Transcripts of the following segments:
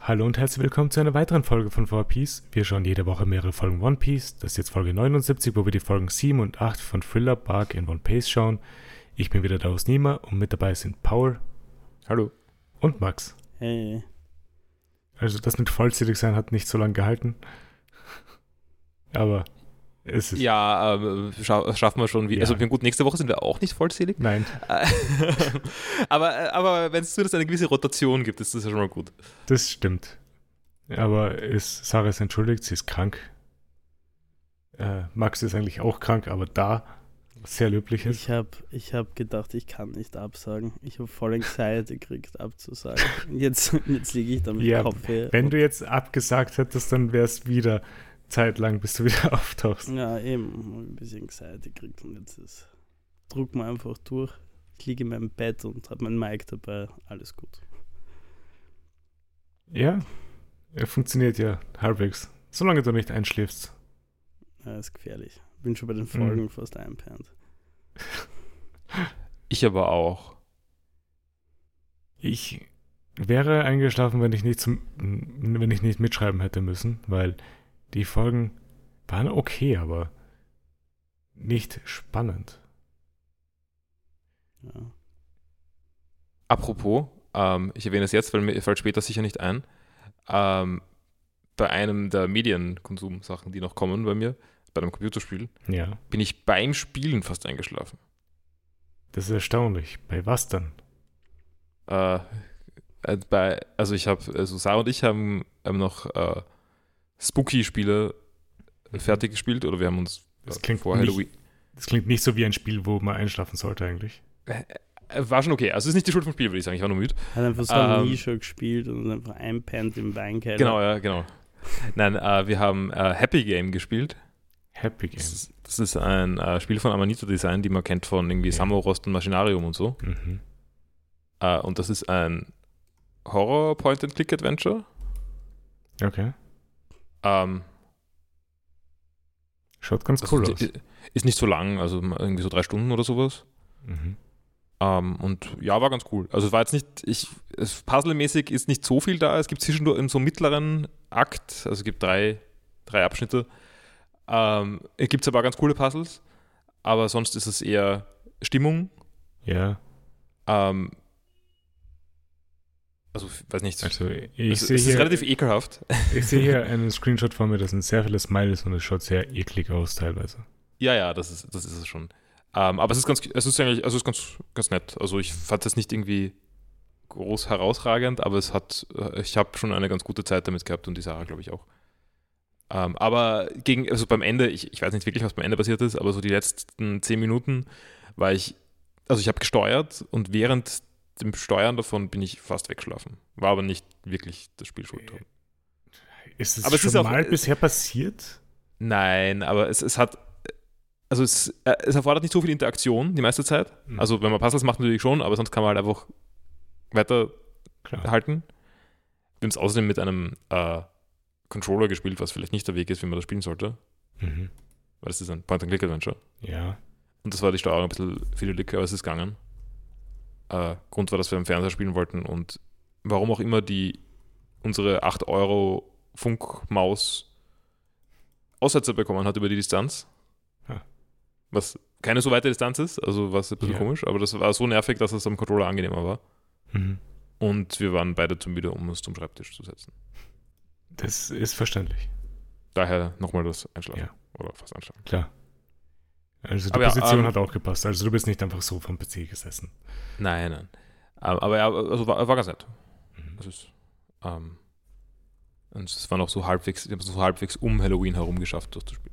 Hallo und herzlich willkommen zu einer weiteren Folge von 4Piece. Wir schauen jede Woche mehrere Folgen One Piece. Das ist jetzt Folge 79, wo wir die Folgen 7 und 8 von Thriller Bark in One Piece schauen. Ich bin wieder Daus Nima und mit dabei sind Paul. Hallo. Und Max. Hey. Also das mit vollzählig sein hat nicht so lange gehalten. Aber es ist... Ja, schaffen wir schon. Ja. Also gut, nächste Woche sind wir auch nicht vollzählig. Nein. aber wenn es zumindest eine gewisse Rotation gibt, ist das ja schon mal gut. Das stimmt. Aber Sarah ist entschuldigt, sie ist krank. Max ist eigentlich auch krank, aber da sehr löblich ist. Ich hab gedacht, ich kann nicht absagen. Ich habe voll Anxiety gekriegt, abzusagen. Jetzt liege ich da mit dem Kopf her. Wenn du jetzt abgesagt hättest, dann wäre es wieder zeitlang, bis du wieder auftauchst. Ja, eben. Ich habe ein bisschen Anxiety gekriegt und jetzt druck mal einfach durch. Ich liege in meinem Bett und habe mein Mic dabei. Alles gut. Ja, er funktioniert ja halbwegs. Solange du nicht einschläfst. Ja, ist gefährlich. Bin schon bei den Folgen fast einpennt. Ich aber auch. Ich wäre eingeschlafen, wenn ich nicht mitschreiben hätte müssen, weil die Folgen waren okay, aber nicht spannend. Ja. Apropos, ich erwähne es jetzt, weil mir fällt später sicher nicht ein, bei einem der Medienkonsum-Sachen, die noch kommen bei mir, bei einem Computerspiel, Ja, bin ich beim Spielen fast eingeschlafen. das ist erstaunlich. Bei was dann? Sarah und ich haben noch Spooky-Spiele fertig gespielt, oder wir haben uns Das klingt vor nicht- Halloween. Das klingt nicht so wie ein Spiel, wo man einschlafen sollte eigentlich. War schon okay. Also es ist nicht die Schuld vom Spiel, würde ich sagen. Ich war nur müde. Hat einfach so ein Nische gespielt und einfach einpennt im Weinkeller. Genau, ja, genau. Nein, wir haben Happy Game gespielt. Happy Game. Das ist ein Spiel von Amanita Design, die man kennt von irgendwie Samorost und Machinarium und so. Mhm. Und das ist ein Horror-Point-and-Click-Adventure. Okay. Ähm, Schaut ganz cool aus. ist nicht so lang, also irgendwie so 3 Stunden oder sowas. Mhm. Und ja, war ganz cool. Also es war jetzt nicht, puzzlemäßig ist nicht so viel da. Es gibt zwischendurch in so einem mittleren Akt, also es gibt drei Abschnitte. Gibt es aber auch ganz coole Puzzles, aber sonst ist es eher Stimmung. Ja, Also, weiß nicht. also Es ich sehe ist hier, relativ ekelhaft. hier einen Screenshot von mir, da sind sehr viele Smileys und es schaut sehr eklig aus teilweise. Ja, das ist es schon. Aber es ist ganz nett. Also ich fand es nicht irgendwie groß herausragend, aber ich habe schon eine ganz gute Zeit damit gehabt und die Sarah, glaube ich, auch. Aber beim Ende, ich weiß nicht wirklich, was beim Ende passiert ist, aber so die letzten 10 Minuten ich habe gesteuert und während dem Steuern davon bin ich fast weggeschlafen. War aber nicht wirklich das Spiel schuld. Ist es Aber es schon ist auch- mal bisher passiert? Nein, aber es erfordert nicht so viel Interaktion die meiste Zeit. Mhm. Also wenn man Puzzles macht, natürlich schon, aber sonst kann man halt einfach Klar. weiterhalten. Wir haben es außerdem mit einem Controller gespielt, was vielleicht nicht der Weg ist, wie man das spielen sollte. Mhm. Weil es ist ein Point-and-Click-Adventure. Ja. Und das war die Steuerung ein bisschen fiddelig, aber es ist gegangen. Grund war, dass wir im Fernseher spielen wollten und warum auch immer unsere 8 € Funkmaus Aussetzer bekommen hat über die Distanz. Ja. Was keine so weite Distanz ist, also war es ein bisschen komisch, aber das war so nervig, dass es am Controller angenehmer war. Mhm. Und wir waren beide zu müde, um uns zum Schreibtisch zu setzen. Das ist verständlich. Daher nochmal das Einschlafen. Ja. Oder fast Einschlafen. Klar. Also die Aber ja, Position hat auch gepasst. Also du bist nicht einfach so vom PC gesessen. Nein. Aber ja, also war ganz nett. Mhm. Das ist, und es war noch so halbwegs, ich habe es so halbwegs um Halloween herum geschafft, durchzuspielen.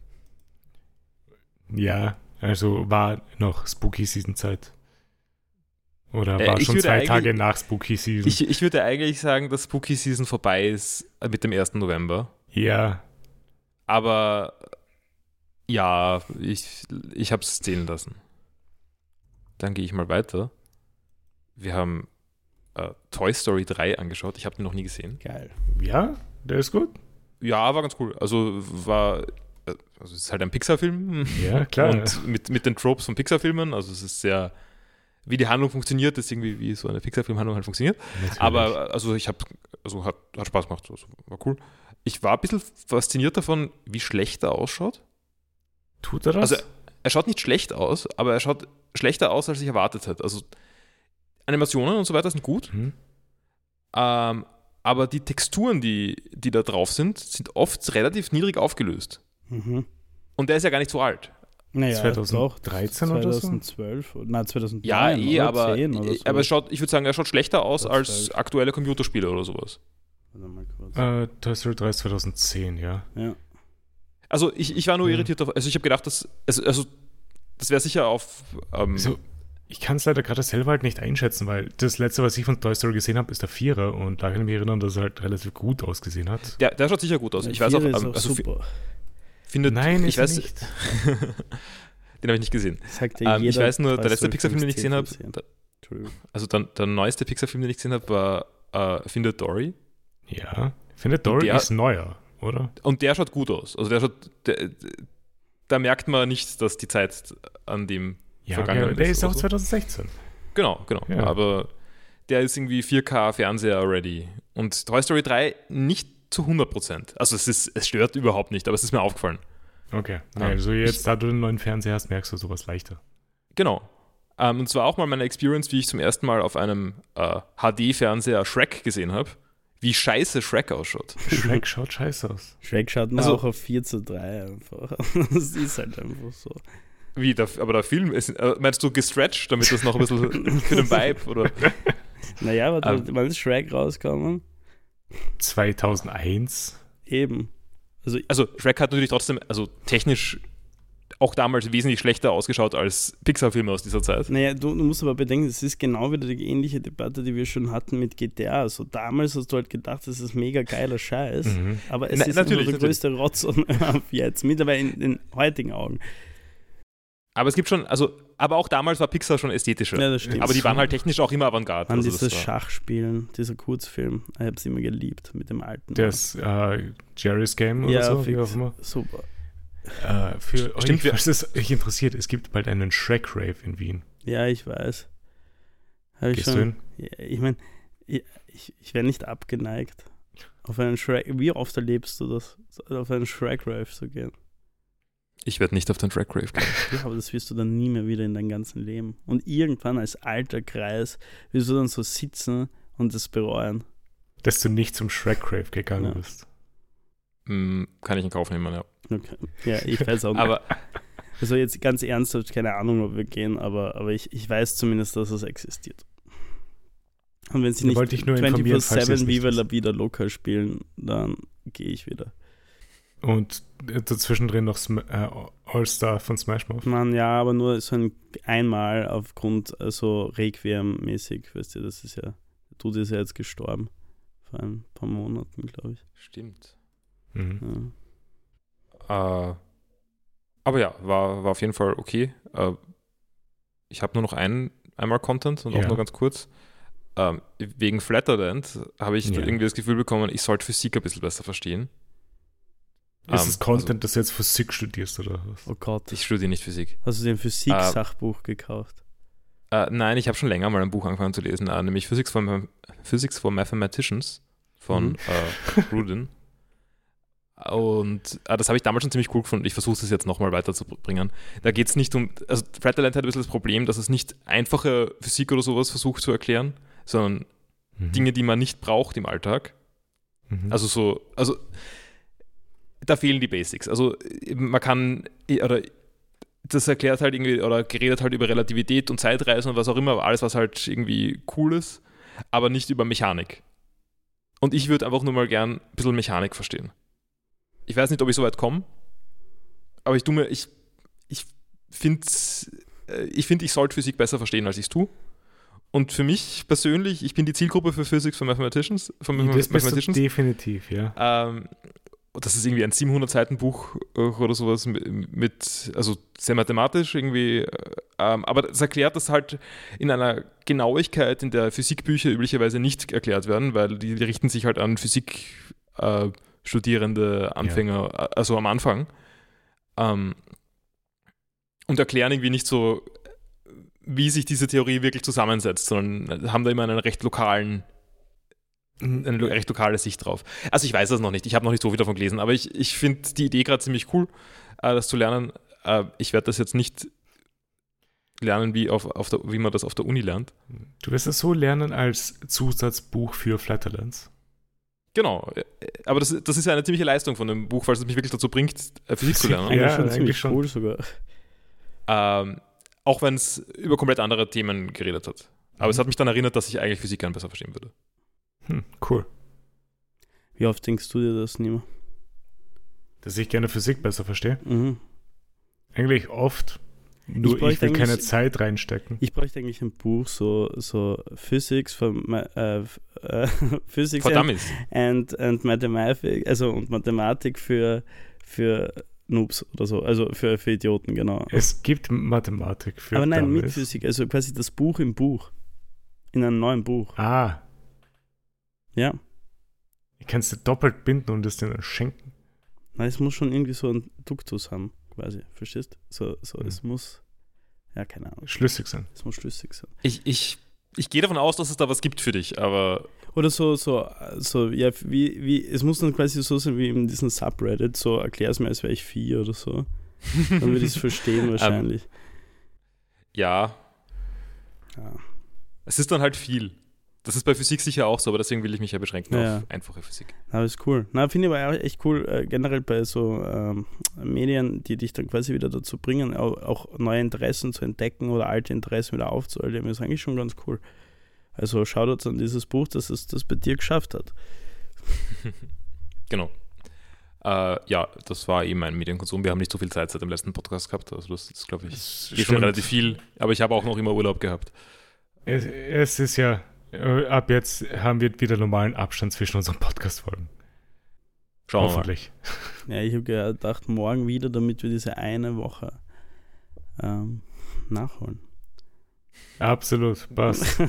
Ja, also war noch Spooky Season Zeit. Oder war Ich schon würde 2 eigentlich- Tage nach Spooky Season? Ich würde eigentlich sagen, dass Spooky Season vorbei ist mit dem 1. November. Ja, Aber ja, ich habe es zählen lassen. Dann gehe ich mal weiter. Wir haben Toy Story 3 angeschaut. Ich habe den noch nie gesehen. Geil. ja, der ist gut. Ja, war ganz cool. Also es ist halt ein Pixar-Film. Ja, klar. Und mit den Tropes von Pixar-Filmen. Also es ist sehr wie die Handlung funktioniert, ist irgendwie, wie so eine Pixar-Film-Handlung halt funktioniert. Natürlich. Aber also hat Spaß gemacht, also war cool. Ich war ein bisschen fasziniert davon, wie schlecht er ausschaut. Tut er das? Also er schaut nicht schlecht aus, aber er schaut schlechter aus, als ich erwartet hätte. Also Animationen und so weiter sind gut, aber die Texturen, die da drauf sind oft relativ niedrig aufgelöst. Mhm. Und der ist ja gar nicht so alt. Naja, 2013 oder so? 2012, nein, 2009 Ja, oder 10 oder so. aber ich würde sagen, er schaut schlechter aus Oder als 12. aktuelle Computerspiele oder sowas. Warte mal kurz. Toy Story 3 ist 2010, ja. Ja. Also ich war nur irritiert, also ich habe gedacht, das wäre sicher auf Also, ich kann es leider gerade selber halt nicht einschätzen, weil das letzte, was ich von Toy Story gesehen habe, ist der Vierer und da kann ich mich erinnern, dass er halt relativ gut ausgesehen hat. der schaut sicher gut aus. Der Ich weiß auch, Vierer ist also super. Nein, ich ist er weiß nicht. Den habe ich nicht gesehen. Sagt ja Ich jeder weiß nur, der Toy letzte Story Pixar-Film, den ich gesehen habe, 15. Entschuldigung. also der neueste Pixar-Film, den ich gesehen habe, war Findet Dory. Ja, Findet Dory ist neuer, oder? Und der schaut gut aus. Also da merkt man nicht, dass die Zeit an dem Ja, vergangen der ist auch oder so. 2016. Genau. Ja. Aber der ist irgendwie 4K-Fernseher ready. Und Toy Story 3 nicht zu 100%. Also es stört überhaupt nicht, aber es ist mir aufgefallen. Okay, also jetzt, da du den neuen Fernseher hast, merkst du sowas leichter. Genau. Und zwar auch mal meine Experience, wie ich zum ersten Mal auf einem HD-Fernseher Shrek gesehen habe, wie scheiße Shrek ausschaut. Shrek schaut scheiße aus. Shrek schaut man Also- auch auf 4:3 einfach. Das ist halt einfach so. Aber der Film ist, meinst du gestretched, damit das noch ein bisschen für den Vibe, oder? Naja, aber wann ist Shrek rausgekommen? 2001. Eben. Also Shrek hat natürlich trotzdem, also technisch auch damals wesentlich schlechter ausgeschaut als Pixar-Filme aus dieser Zeit. Naja, du musst aber bedenken, das ist genau wieder die ähnliche Debatte, die wir schon hatten mit GTA. Also damals hast du halt gedacht, das ist mega geiler Scheiß, aber es ist natürlich, immer der größte Rotz auf jetzt, mittlerweile in den heutigen Augen. Aber es gibt schon, aber auch damals war Pixar schon ästhetischer. Ja, das stimmt. Aber die waren halt technisch auch immer Avantgarde. An Also dieses das war- Schachspielen, dieser Kurzfilm, ich habe es immer geliebt mit dem alten. Der ist Jerry's Game oder ja, so, wie fix. auch immer. Super. Für Stimmt, euch, falls es euch interessiert, es gibt bald einen Shrek-Rave in Wien. Ja, ich weiß. Hab ich Gehst du schon. hin? Ja, ich meine, ich wäre nicht abgeneigt, auf einen Shrek. Wie oft erlebst du das, auf einen Shrek-Rave zu gehen? Ich werde nicht auf den Shrek Rave gehen. Ja, aber das wirst du dann nie mehr wieder in deinem ganzen Leben. Und irgendwann als alter Kreis wirst du dann so sitzen und das bereuen. Dass du nicht zum Shrek-Rave gegangen Ja. bist. Kann ich in Kauf nehmen, ja. Okay. Ja, ich weiß auch nicht. Aber Also jetzt ganz ernsthaft, keine Ahnung, ob wir gehen, aber ich weiß zumindest, dass es existiert. Und wenn sie Da nicht wollte ich nur informieren, falls ihr es 24/7 nicht Viva la wisst. Vida Loca spielen, dann gehe ich wieder. Und dazwischendrin noch All-Star von Smash Mouth. Man, ja, aber nur so einmal aufgrund so Requiem-mäßig, weißt du, das ist ja, Tut ist ja jetzt gestorben. Vor ein paar Monaten, glaube ich. stimmt. Mhm. Ja. Aber ja, war auf jeden Fall okay. Ich habe nur noch einmal Content und auch Ja. nur ganz kurz. Wegen Flatterland habe ich Ja. irgendwie das Gefühl bekommen, ich sollte Physik ein bisschen besser verstehen. Ist es Content, dass du jetzt Physik studierst oder was? Oh Gott. Ich studiere nicht Physik. Hast du dir ein Physik-Sachbuch gekauft? Nein, ich habe schon länger mal ein Buch angefangen zu lesen, nämlich Physics for Mathematicians von Rudin. Und das habe ich damals schon ziemlich cool gefunden. Ich versuche es jetzt nochmal weiterzubringen. Da geht es nicht um, also Flatterland hat ein bisschen das Problem, dass es nicht einfache Physik oder sowas versucht zu erklären, sondern Dinge, die man nicht braucht im Alltag. Mhm. Also da fehlen die Basics. Also man kann, oder das erklärt halt irgendwie, oder geredet halt über Relativität und Zeitreisen und was auch immer, alles, was halt irgendwie cool ist, aber nicht über Mechanik. Und ich würde einfach nur mal gern ein bisschen Mechanik verstehen. Ich weiß nicht, ob ich so weit komme, aber ich finde, ich sollte Physik besser verstehen, als ich es tue. Und für mich persönlich, ich bin die Zielgruppe für Physics for Mathematicians. Das bist du definitiv, ja. Das ist irgendwie ein 700-Seiten-Buch oder sowas mit, also sehr mathematisch irgendwie, aber das erklärt das halt in einer Genauigkeit, in der Physikbücher üblicherweise nicht erklärt werden, weil die richten sich halt an Physik-studierende Anfänger, also am Anfang, und erklären irgendwie nicht so wie sich diese Theorie wirklich zusammensetzt, sondern haben da immer eine recht lokale Sicht drauf. Also ich weiß das noch nicht, ich habe noch nicht so viel davon gelesen, aber ich finde die Idee gerade ziemlich cool, das zu lernen. Ich werde das jetzt nicht lernen, wie man das auf der Uni lernt. Du wirst es so lernen als Zusatzbuch für Flatterlands. Genau, aber das ist ja eine ziemliche Leistung von dem Buch, falls es mich wirklich dazu bringt, Physik zu lernen. Eigentlich Ja, schon ziemlich eigentlich schon. cool sogar. Auch wenn es über komplett andere Themen geredet hat. Aber es hat mich dann erinnert, dass ich eigentlich Physik gern besser verstehen würde. Cool. Wie oft denkst du dir das, Nima? Dass ich gerne Physik besser verstehe. Mhm. Eigentlich oft. Nur ich bräuchte will keine eigentlich- Zeit reinstecken. Ich bräuchte eigentlich ein Buch, so Physics Physics Verdammt. and Mathematik, also und Mathematik für Noobs oder so, also für Idioten, genau. Es gibt Mathematik für Aber nein, mit Dummies. Physik, also quasi das Buch im Buch. In einem neuen Buch. Ah, Ja. ich kann es dir doppelt binden und es dir dann schenken. Nein, es muss schon irgendwie so ein Duktus haben, quasi, verstehst? So Mhm. es muss, ja, keine Ahnung, Schlüssig sein. es muss schlüssig sein. Ich gehe davon aus, dass es da was gibt für dich, aber Oder so, ja, wie, es muss dann quasi so sein wie in diesem Subreddit, so erklär's mir, als wäre ich 4 oder so. Dann würde ich es verstehen wahrscheinlich. ja, Ja. es ist dann halt viel. Das ist bei Physik sicher auch so, aber deswegen will ich mich ja beschränken Ja. auf einfache Physik. Aber ist cool. Na, finde ich aber auch echt cool, generell bei so Medien, die dich dann quasi wieder dazu bringen, auch neue Interessen zu entdecken oder alte Interessen wieder aufzuerleben, ist eigentlich schon ganz cool. Also Shoutouts an dieses Buch, dass es das bei dir geschafft hat. Genau. Ja, das war eben mein Medienkonsum. Wir haben nicht so viel Zeit seit dem letzten Podcast gehabt. Also das ist, glaube ich, Das schon stimmt. relativ viel. Aber ich habe auch noch immer Urlaub gehabt. Es ist ja, ab jetzt haben wir wieder normalen Abstand zwischen unseren Podcast-Folgen. Schauen wir mal. Hoffentlich. Ja, ich habe gedacht, morgen wieder, damit wir diese eine Woche nachholen. Absolut, passt.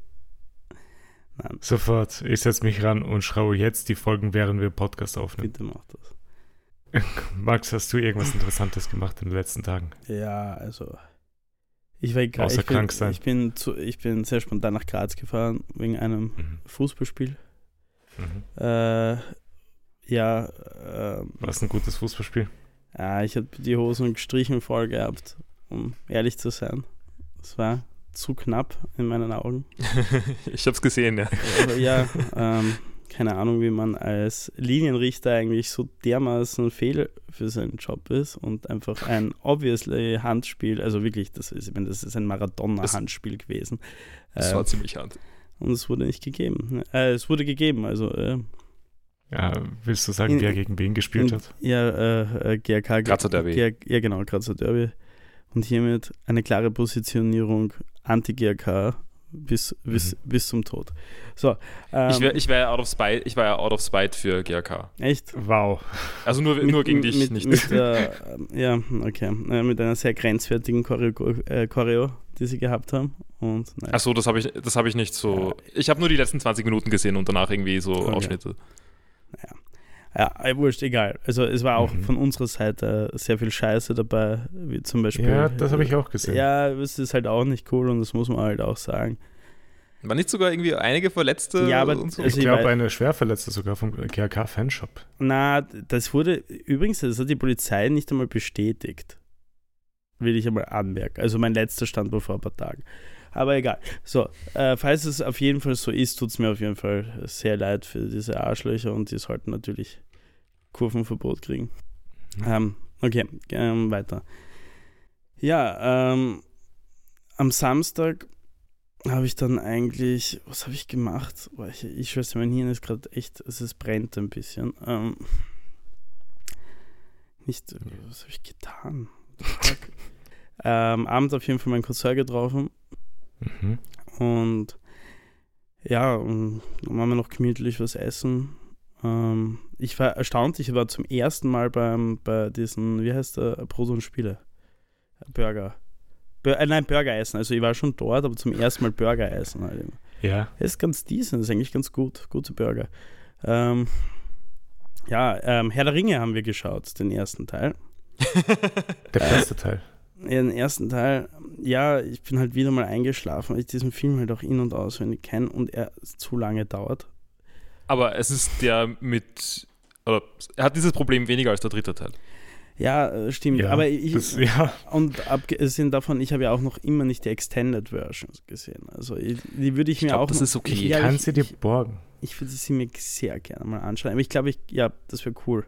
Nein, Sofort. Ich setze mich ran und schraube jetzt die Folgen, während wir Podcast aufnehmen. bitte mach das. Max, hast du irgendwas Interessantes gemacht in den letzten Tagen? Ja, also ich war gerade Außer krank sein. Ich bin sehr spontan nach Graz gefahren wegen einem Mhm. Fußballspiel. Mhm. Ja, War es ein gutes Fußballspiel? ich habe die Hosen gestrichen voll gehabt, um ehrlich zu sein. Es war zu knapp in meinen Augen. Ich habe es gesehen, ja. Aber ja, keine Ahnung, wie man als Linienrichter eigentlich so dermaßen fehl für seinen Job ist und einfach ein obviously Handspiel, also wirklich, das ist ein Maradona-Handspiel gewesen. Das war ziemlich hart. Und es wurde nicht gegeben. Es wurde gegeben, also Ja, willst du sagen, wer gegen wen gespielt hat? ja, GRK. Grazer Derby. Ja, genau, Grazer Derby. Und hiermit eine klare Positionierung Anti-GRK bis zum Tod. So, Ich war ja out of spite für GRK. echt? Wow. Also nur gegen dich nicht. Ja, okay. Mit einer sehr grenzwertigen Choreo, die sie gehabt haben. Und naja. Achso, das habe ich nicht so. Ich habe nur die letzten 20 Minuten gesehen und danach irgendwie so Okay. Ausschnitte. Ja, wurscht, egal. Also es war auch Mhm. von unserer Seite sehr viel Scheiße dabei, wie zum Beispiel. Ja, das habe ich auch gesehen. Ja, es ist halt auch nicht cool und das muss man halt auch sagen. War nicht sogar irgendwie einige Verletzte Ja, aber und so? Ich also glaube, weiß- eine Schwerverletzte sogar vom GRK-Fanshop. Na, das hat die Polizei nicht einmal bestätigt. Will ich einmal anmerken. Also mein letzter Stand war vor ein paar Tagen. Aber egal. So, falls es auf jeden Fall so ist, tut es mir auf jeden Fall sehr leid für diese Arschlöcher und die sollten natürlich Kurvenverbot kriegen. Okay, weiter. Ja, am Samstag habe ich dann eigentlich, was habe ich gemacht? Boah, ich schwör's dir, mein Hirn ist gerade echt, es brennt ein bisschen. Was habe ich getan? Fuck. Abends auf jeden Fall meinen Cousin getroffen Mhm. und ja, und dann haben wir noch gemütlich was essen. Ich war erstaunt, ich war zum ersten Mal bei diesen, wie heißt der, Brot und Spiele? Burger. Burger essen. Also ich war schon dort, aber zum ersten Mal Burger essen. Halt. Ja. Das ist ganz decent, das ist eigentlich ganz gut. Gute Burger. Herr der Ringe haben wir geschaut, den ersten Teil. Der beste Teil. Den ersten Teil, ja, ich bin halt wieder mal eingeschlafen, weil ich diesen Film halt auch in- und auswendig kenne und er zu lange dauert. Aber es ist der er hat dieses Problem weniger als der dritte Teil. Ja, stimmt. Ja, Aber und abgesehen davon, ich habe ja auch noch immer nicht die Extended Versions gesehen. Also die würde ich mir glaub, auch. das ist okay. Ich kann sie dir borgen. Ich würde sie mir sehr gerne mal anschauen. Aber ich glaube, das wäre cool.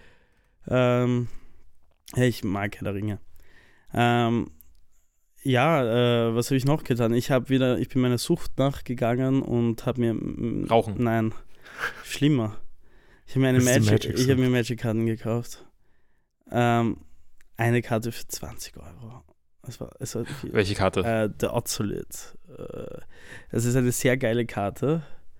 Ich mag Herr der Ringe. Was habe ich noch getan? Ich bin meiner Sucht nachgegangen und habe mir Rauchen. Nein, schlimmer. Ich habe mir Magic-Karten gekauft. Eine Karte für 20 Euro. Es war viel. Welche Karte? Der Ozzolith. Das ist eine sehr geile Karte.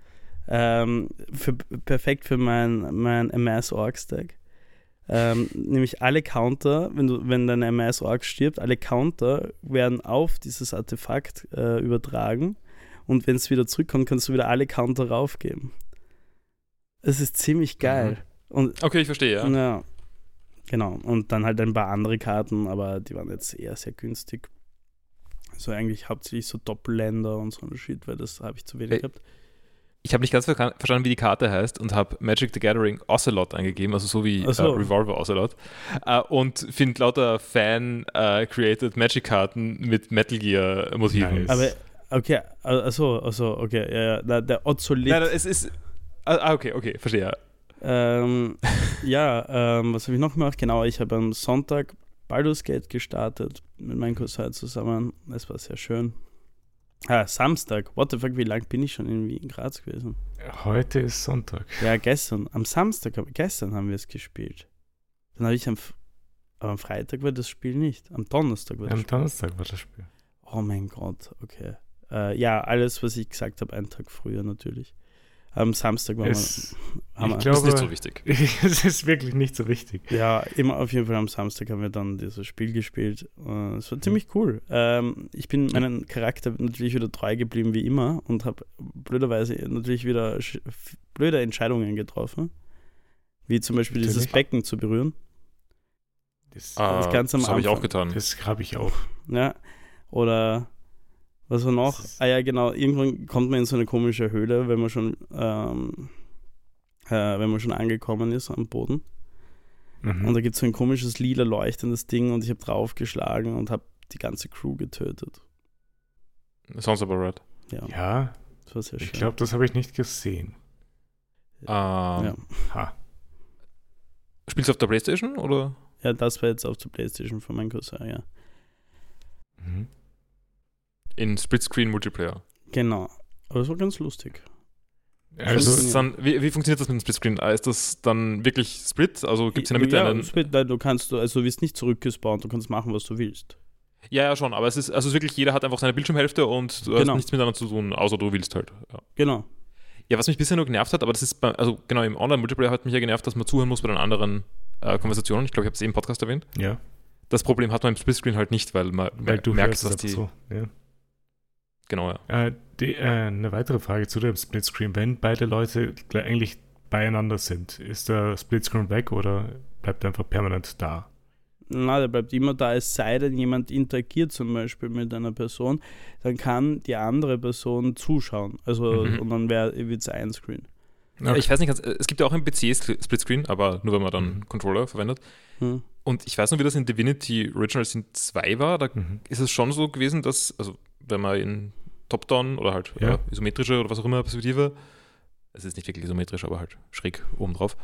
Perfekt für mein Amass Orcs Deck. Nämlich alle Counter, wenn dein Amass Orc stirbt, alle Counter werden auf dieses Artefakt übertragen und wenn es wieder zurückkommt, kannst du wieder alle Counter raufgeben. Es ist ziemlich geil. Und, okay, ich verstehe, ja. Ja. Genau. Und dann halt ein paar andere Karten, aber die waren jetzt eher sehr günstig. Also eigentlich hauptsächlich so Doppelländer und so ein Shit, weil das habe ich zu wenig gehabt. Ich habe nicht ganz verstanden, wie die Karte heißt und habe Magic the Gathering Ocelot eingegeben, also so wie Revolver Ocelot. Und finde lauter Fan-created Magic-Karten mit Metal Gear-Motiven. Nice. Aber, okay, okay, ja, der Ozzolith. Nein, es ist... okay, verstehe, ja. Was habe ich noch gemacht? Genau, ich habe am Sonntag Baldur's Gate gestartet mit meinem Cousin zusammen. Es war sehr schön. Samstag. What the fuck, wie lange bin ich schon in Wien, Graz gewesen? Heute ist Sonntag. Ja, gestern. Am Samstag, gestern haben wir es gespielt. Dann habe ich aber am Freitag war das Spiel nicht. Am Donnerstag war das Spiel. Am Donnerstag war das Spiel. Oh mein Gott, okay. Alles, was ich gesagt habe, einen Tag früher natürlich. Am Samstag war das ist nicht so wichtig. Es ist wirklich nicht so wichtig. Ja, immer auf jeden Fall am Samstag haben wir dann dieses Spiel gespielt. Es war ziemlich cool. Ich bin meinem Charakter natürlich wieder treu geblieben wie immer und habe blöderweise natürlich wieder blöde Entscheidungen getroffen. Wie zum Beispiel dieses Becken zu berühren. Das ganz am Anfang. Das habe ich auch getan. Das habe ich auch. Ja, oder was war noch? Ja, genau. Irgendwann kommt man in so eine komische Höhle, wenn man schon angekommen ist am Boden. Und da gibt es so ein komisches lila leuchtendes Ding und ich habe draufgeschlagen und habe die ganze Crew getötet. Sounds about right. Ja, das war sehr schön. Ich glaube, das habe ich nicht gesehen. Ja. Spielst du auf der PlayStation, oder? Ja, das war jetzt auf der PlayStation von meinem Cousin, ja. In Split-Screen-Multiplayer. Genau. Aber es war ganz lustig. Also ist dann, wie funktioniert das mit dem Splitscreen? Ist das dann wirklich Split? Also gibt es in der Mitte einen... Split, nein, du wirst nicht zurückgespawnt, du kannst machen, was du willst. Ja, schon, aber es ist wirklich, jeder hat einfach seine Bildschirmhälfte und du hast nichts miteinander zu tun, außer du willst halt. Ja. Genau. Ja, was mich bisher nur genervt hat, aber das ist, im Online-Multiplayer hat mich ja genervt, dass man zuhören muss bei den anderen Konversationen. Ich glaube, ich habe es im Podcast erwähnt. Ja. Das Problem hat man im Splitscreen halt nicht, weil man du merkt, dass die... So, ja. Genau, ja. Eine weitere Frage zu dem Splitscreen. Wenn beide Leute eigentlich beieinander sind, ist der Splitscreen weg oder bleibt er einfach permanent da? Na, der bleibt immer da, es sei denn, jemand interagiert zum Beispiel mit einer Person, dann kann die andere Person zuschauen. Also und dann wird es ein Screen. Okay. Ich weiß nicht, es gibt ja auch im PC Splitscreen, aber nur wenn man dann Controller verwendet. Und ich weiß noch, wie das in Divinity Original Sin 2 war. Da ist es schon so gewesen, dass, also wenn man in Top-Down oder halt isometrische oder was auch immer Perspektive, es ist nicht wirklich isometrisch, aber halt schräg oben drauf,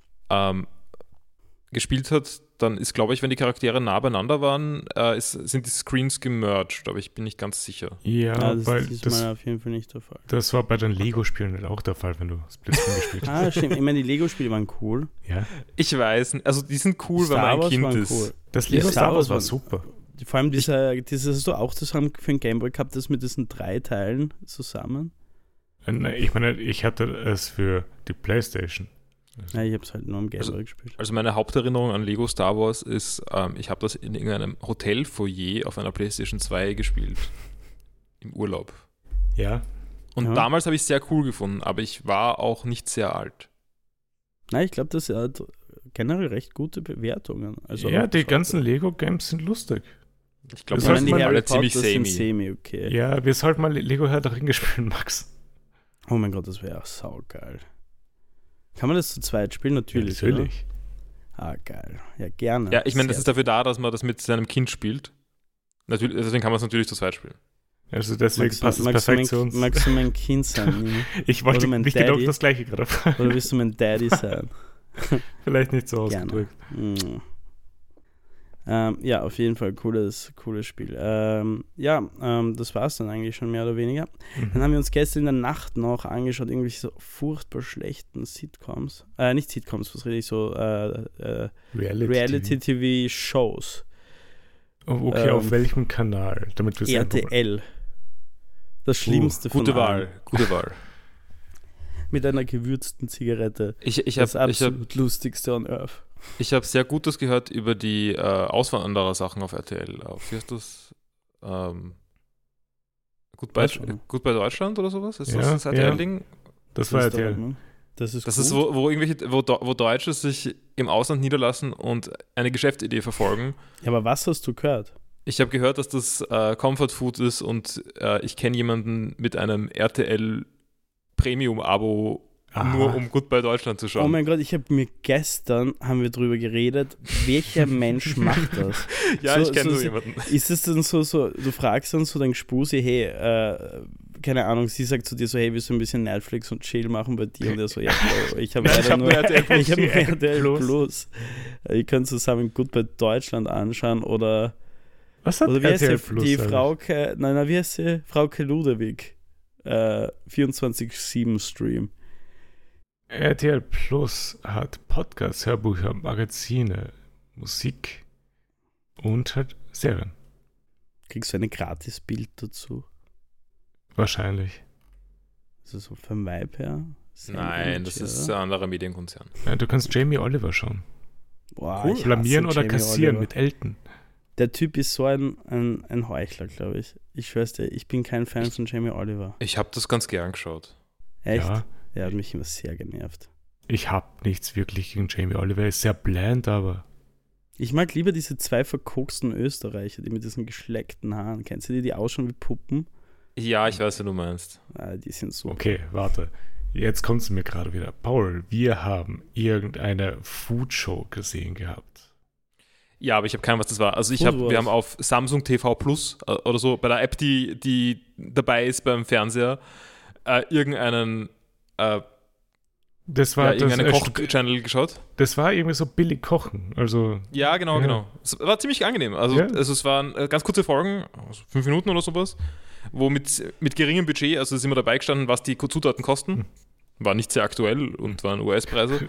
gespielt hat, dann ist, glaube ich, wenn die Charaktere nah beieinander waren, sind die Screens gemerged, aber ich bin nicht ganz sicher. Ja, das ist diesmal auf jeden Fall nicht der Fall. Das war bei den Lego-Spielen auch der Fall, wenn du Splitscreen gespielt hast. Stimmt. Ich meine, die Lego-Spiele waren cool. Ja. Ich weiß, also die sind cool, wenn man ein Kind ist. Cool. Das Lego Star Wars war super. Vor allem dieses hast du auch zusammen für ein Gameboy gehabt, das mit diesen 3 Teilen zusammen? Ich meine, ich hatte es für die PlayStation. Ja, ich habe es halt nur am Gameboy gespielt. Also meine Haupterinnerung an Lego Star Wars ist, ich habe das in irgendeinem Hotelfoyer auf einer PlayStation 2 gespielt. Im Urlaub. Ja. Und damals habe ich es sehr cool gefunden, aber ich war auch nicht sehr alt. Nein, ich glaube, das hat generell recht gute Bewertungen. Also ja, die ganzen Lego-Games sind lustig. Ich glaube, Das die sollten sind wir alle ziemlich sind samey. okay. Ja, wir sollten mal Lego Herr der Ringe spielen, Max. Oh mein Gott, das wäre auch saugeil. Kann man das zu zweit spielen? Natürlich. Ja, natürlich. Oder? Ah, geil. Ja, gerne. Ja, ich meine, das Sehr ist dafür da, dass man das mit seinem Kind spielt. Natürlich, deswegen kann man es natürlich zu zweit spielen. Also deswegen Magst du- passt es magst du perfekt zu uns. Magst du mein Kind sein? Nino? Ich wollte Oder mein nicht genau Daddy? das gleiche gerade fragen. Oder willst du mein Daddy sein? Vielleicht nicht so Gerne. ausgedrückt. Ja, auf jeden Fall cooles Spiel. Das war es dann eigentlich schon mehr oder weniger. Dann Mhm. haben wir uns gestern in der Nacht noch angeschaut, irgendwelche so furchtbar schlechten Sitcoms. Nicht Sitcoms, was rede ich so? Reality-TV-Shows. Oh, okay, auf Ähm, welchem Kanal? Damit wir es einfach- RTL. Das Schlimmste von Gute allen. Wahl, gute Wahl. Mit einer gewürzten Zigarette. Ich Das habe absolut lustigste on Earth. sehr Gutes gehört über die Auswanderer-Sachen auf RTL. Wie heißt das? Deutschland. Gut bei Deutschland oder sowas? Ist Ja, das das RTL-Ding? Das war ist RTL. doch, ne? Das ist Das gut. ist, wo Deutsche sich im Ausland niederlassen und eine Geschäftsidee verfolgen. Ja, aber was hast du gehört? Ich habe gehört, dass das Comfort Food ist und ich kenne jemanden mit einem RTL Premium-Abo, Aha. nur um Goodbye Deutschland zu Oh schauen. mein Gott, haben wir drüber geredet, welcher Mensch macht das? Ja, so- ich kenne so- so jemanden. Ist es dann so, du fragst dann so deinen Spusi, hey, keine Ahnung, sie sagt zu dir so, hey, willst du ein bisschen Netflix und Chill machen bei dir? Und er so, ja, Bro, ich habe Nein, ich leider hab nur nur RTL Plus. ich habe nur RTL Plus. Plus. Ihr könnt zusammen gut bei Deutschland anschauen oder Was hat wie heißt RTL die, Plus? die eigentlich? Frauke, wie heißt sie? Frauke Ludewig. 24/7 Stream. RTL Plus hat Podcasts, Hörbücher, Magazine, Musik und halt Serien. Kriegst du ein gratis Bild dazu? Wahrscheinlich. Also so vom Vibe her? Nein, das ist ein anderer Medienkonzern. Ja, du kannst Jamie Oliver schauen. Boah, Cool. ich hasse Blamieren oder Jamie kassieren Oliver. mit Elton. Der Typ ist so ein Heuchler, glaube ich. Ich schwör's dir, ich bin kein Fan von Jamie Oliver. Ich habe das ganz gern geschaut. Echt? Ja, Er hat mich immer sehr genervt. ich habe nichts wirklich gegen Jamie Oliver. Er ist sehr bland, aber Ich mag lieber diese zwei verkoksten Österreicher, die mit diesen geschleckten Haaren. Kennst du die ausschauen wie Puppen? Ja, ich weiß, was du meinst. Die sind so. okay, warte. Jetzt kommt es mir gerade wieder. Paul, wir haben irgendeine Foodshow gesehen gehabt. Ja, aber ich habe keine Ahnung, was das war. Also Was war's? wir haben auf Samsung TV Plus oder so, bei der App, die dabei ist beim Fernseher, irgendeinen Das war irgendeinen das, Koch-Channel geschaut. das war irgendwie so billig kochen. Also, Ja, genau. Es war ziemlich angenehm. Also, Ja. es waren ganz kurze Folgen, also 5 Minuten oder sowas, wo mit geringem Budget, also ist immer dabei gestanden, was die Zutaten kosten. War nicht sehr aktuell und waren US-Preise.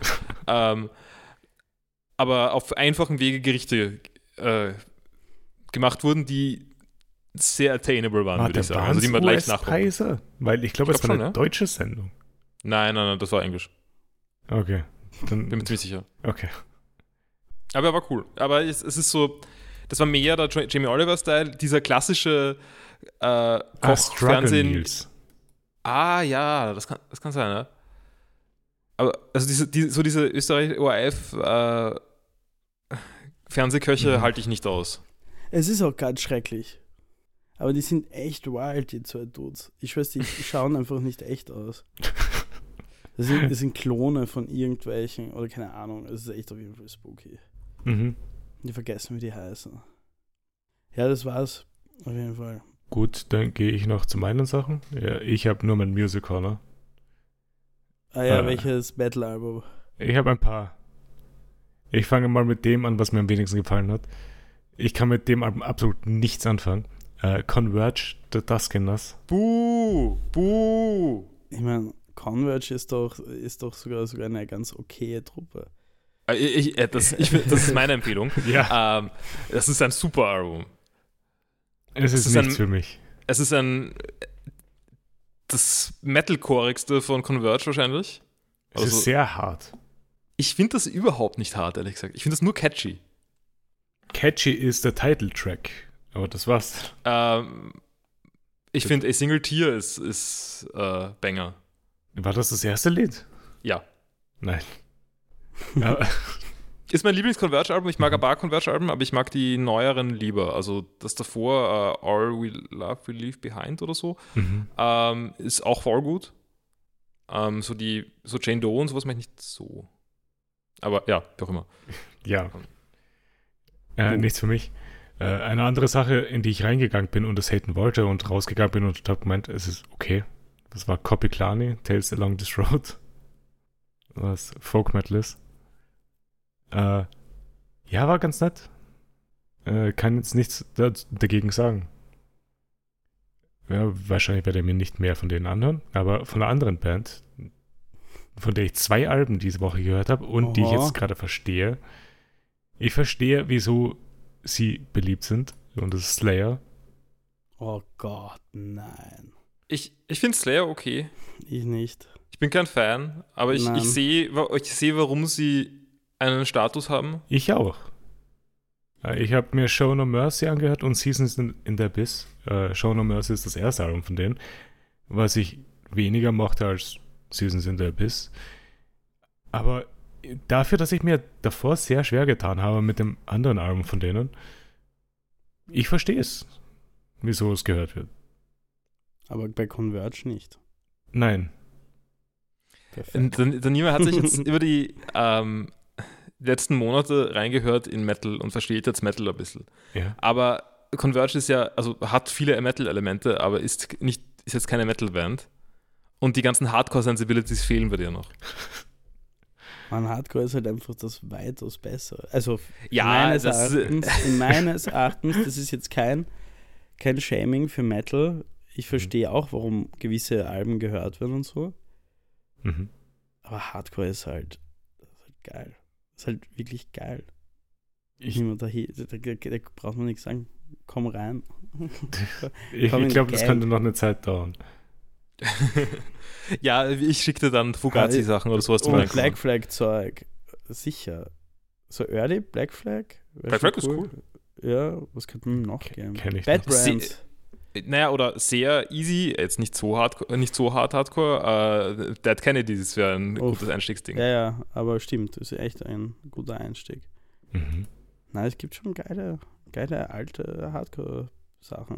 Aber auf einfachen Wege Gerichte gemacht wurden, die sehr attainable waren, würde ich sagen. Also die man leicht nachgucken. Preise? Weil ich glaube, Ich es war glaub eine schon, deutsche Sendung. Nein, das war Englisch. Okay. Dann, Bin mir ziemlich sicher. okay. Aber er war cool. Aber es ist so, das war mehr der Jamie Oliver-Style, dieser klassische Struggle Kochfernsehen. Meals. Ja, das kann sein, ja. Aber also diese Österreich-ORF Fernsehköche halte ich nicht aus. Es ist auch ganz schrecklich. Aber die sind echt wild, die zwei Dudes. Ich weiß, die schauen einfach nicht echt aus. Das sind Klone von irgendwelchen, oder keine Ahnung. Es ist echt auf jeden Fall spooky. Mhm. Die vergessen, wie die heißen. Ja, das war's. Auf jeden Fall. Gut, dann gehe ich noch zu meinen Sachen. Ja, ich habe nur mein Music Corner. Ah ja, Äh. welches Battle-Album? Ich habe ein paar. Ich fange mal mit dem an, was mir am wenigsten gefallen hat. Ich kann mit dem Album absolut nichts anfangen. Converge, The Duskiners. Buh! Ich meine, Converge ist doch sogar eine ganz okaye Truppe. Das ist meine Empfehlung. Ja, Das ist ein super Album. es ist ist nichts ein- für mich. Es ist das Metalcoreigste von Converge wahrscheinlich. Es Also- ist sehr hart. Ich finde das überhaupt nicht hart, ehrlich gesagt. Ich finde das nur catchy. Catchy ist der Titeltrack. Aber das war's. Ich finde, A Single Tear ist Banger. War das erste Lied? Ja. Nein. Aber Ist mein Lieblings-Converge-Album. Ich mag ein paar Converge-Alben, aber ich mag die neueren lieber. Also das davor, All We Love, We Leave Behind oder so, ist auch voll gut. So Jane Doe und sowas mag ich nicht so. Aber ja, wie auch immer. Ja. Nichts für mich. Eine andere Sache, in die ich reingegangen bin und das haten wollte und rausgegangen bin und habe gemeint, es ist okay. Das war Copy Klani, Tales Along This Road. Was Folk Metal ist. Ja, war ganz nett. Kann jetzt nichts dagegen sagen. Ja, wahrscheinlich werde ich mir nicht mehr von denen anhören, aber von einer anderen Band, von der ich 2 Alben diese Woche gehört habe und die ich jetzt gerade verstehe. Ich verstehe, wieso sie beliebt sind, und das ist Slayer. Oh Gott, nein. Ich finde Slayer okay. Ich nicht. Ich bin kein Fan, aber ich sehe, warum sie einen Status haben. Ich auch. Ich habe mir Show No Mercy angehört und Seasons in the Abyss. Show No Mercy ist das erste Album von denen, was ich weniger mochte als Seasons in the Abyss. Aber dafür, dass ich mir davor sehr schwer getan habe mit dem anderen Album von denen, ich verstehe es, wieso es gehört wird. Aber bei Converge nicht. Nein. Der Nima hat sich jetzt über die letzten Monate reingehört in Metal und versteht jetzt Metal ein bisschen. Ja. Aber Converge ist ja, also hat viele Metal-Elemente, aber ist jetzt keine Metal-Band. Und die ganzen Hardcore-Sensibilities fehlen bei dir noch. Man, Hardcore ist halt einfach das weitaus besser. Also ja, meines Erachtens, das ist jetzt kein Shaming für Metal. Ich verstehe auch, warum gewisse Alben gehört werden und so. Mhm. Aber Hardcore ist halt geil. Ist halt wirklich geil. Da braucht man nichts sagen. Komm rein. Ich glaube, das könnte noch eine Zeit dauern. Ja, ich schicke dir dann Fugazi-Sachen oder sowas. Und Black Flag-Zeug. Sicher. So Early Black Flag? Black Flag ist cool. Ja, was könnte man noch geben? Kenn ich Bad noch. Brands. Naja, oder sehr easy, jetzt nicht so hart Hardcore. Dead Kennedys wäre ein gutes Einstiegsding. Ja, aber stimmt, das ist echt ein guter Einstieg. Mhm. Nein, es gibt schon geile alte Hardcore-Sachen.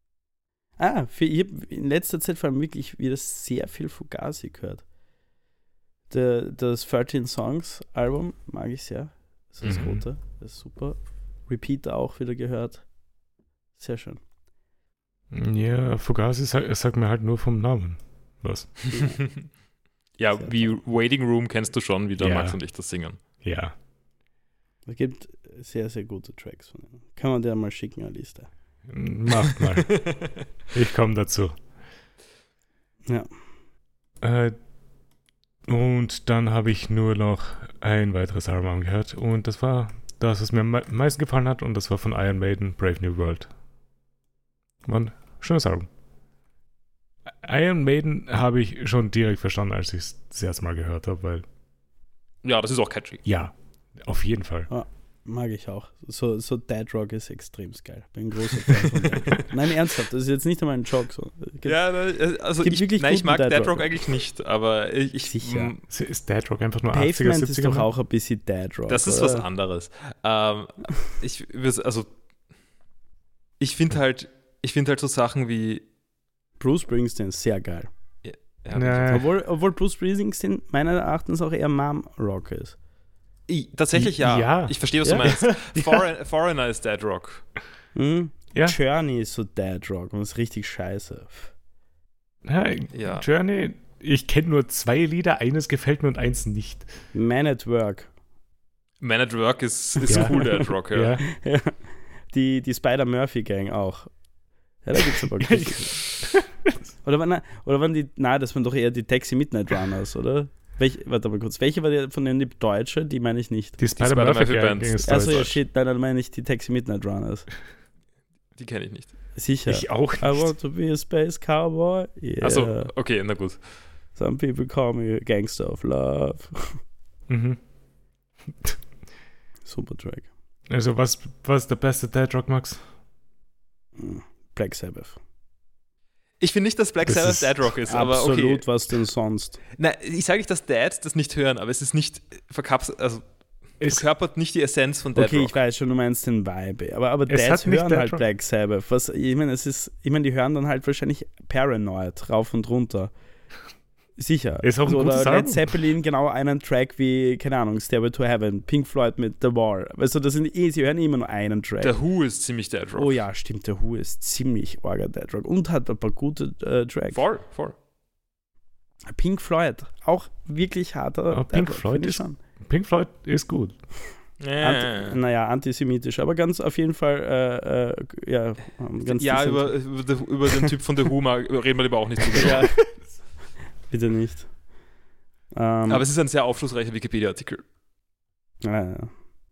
In letzter Zeit vor allem wirklich wieder sehr viel Fugazi gehört. Das 13 Songs Album mag ich sehr. Das ist das rote, das ist super. Repeater auch wieder gehört. Sehr schön. Ja, Fugazi sagt mir halt nur vom Namen was. Ja, wie Waiting Room kennst du schon, wie der Max und ich das singen. Ja. Es gibt sehr, sehr gute Tracks von ihnen. Kann man dir mal schicken, eine Liste. Macht mal. Ich komme dazu. Ja. Und dann habe ich nur noch ein weiteres Album angehört und das war das, was mir am meisten gefallen hat, und das war von Iron Maiden, Brave New World. War ein schönes Album. Iron Maiden habe ich schon direkt verstanden, als ich es das erste Mal gehört habe, weil... Ja, das ist auch catchy. Ja, auf jeden Fall. Mag ich auch. So Dead Rock ist extrem geil. Bin ein großer Fan von Dead Rock. Nein, ernsthaft, das ist jetzt nicht einmal ein Joke. So. Ja, also ich mag Dead Rock eigentlich nicht, aber Sicher. Ist Dead Rock einfach nur Pavement 80er, 70er? ist doch auch ein bisschen Dead Rock. Das ist was anderes. Ich finde halt so Sachen wie Bruce Springsteen ist sehr geil. Ja. Obwohl Bruce Springsteen meiner Erachtens auch eher Mom-Rock ist. Tatsächlich ja. Ich verstehe, was du meinst. Foreigner ist Dead Rock. Ja. Journey ist so Dead Rock und ist richtig scheiße. Ja. Journey, ich kenne nur 2 Lieder, eines gefällt mir und eins nicht. Man at Work. Man at Work ist cool, Dead Rock, ja. Ja. Die Spider-Murphy-Gang auch. Ja, da gibt's aber Oder waren die, das waren doch eher die Taxi Midnight Runners, oder? Warte mal kurz, welche war von denen die deutsche? Die meine ich nicht. Die Spider-Murphy-Band ist Achso, ja, shit, nein, meine ich die Taxi Midnight Runners. Die kenne ich nicht. Sicher. Ich auch nicht. I want to be a space cowboy. Yeah. Achso, okay, na gut. Some people call me Gangster of Love. Mhm. Super Track. Also was ist der beste Dead Rock, Max? Black Sabbath. Ich finde nicht, dass Black Sabbath Dead Rock ist, aber okay. Absolut, was denn sonst? Nein, ich sage nicht, dass Dads das nicht hören, aber es ist nicht verkapselt, also Es, verkörpert nicht die Essenz von Dead Okay, Rock. ich weiß schon, du meinst den Vibe. Aber Es das hat nicht hören Dead halt Rock. Black Sabbath. Ich meine, die hören dann halt wahrscheinlich Paranoid rauf und runter. Sicher. Ist auch ein Oder gutes Led Album. Zeppelin genau einen Track wie, keine Ahnung, Stairway to Heaven, Pink Floyd mit The Wall. Weißt du, sie hören immer nur einen Track. Der Who ist ziemlich Dead Rock. Oh ja, stimmt, der Who ist ziemlich orga Dead Rock und hat ein paar gute Tracks. Voll. Pink Floyd, auch wirklich harter Aber Dead Pink Rock, Floyd finde ich ist- schon. Pink Floyd ist gut. Antisemitisch, aber ganz auf jeden Fall, ganz Ja, dezent. über den Typ von The Who reden wir lieber auch nicht drüber. Ja. Bitte nicht. Aber es ist ein sehr aufschlussreicher Wikipedia-Artikel. Keine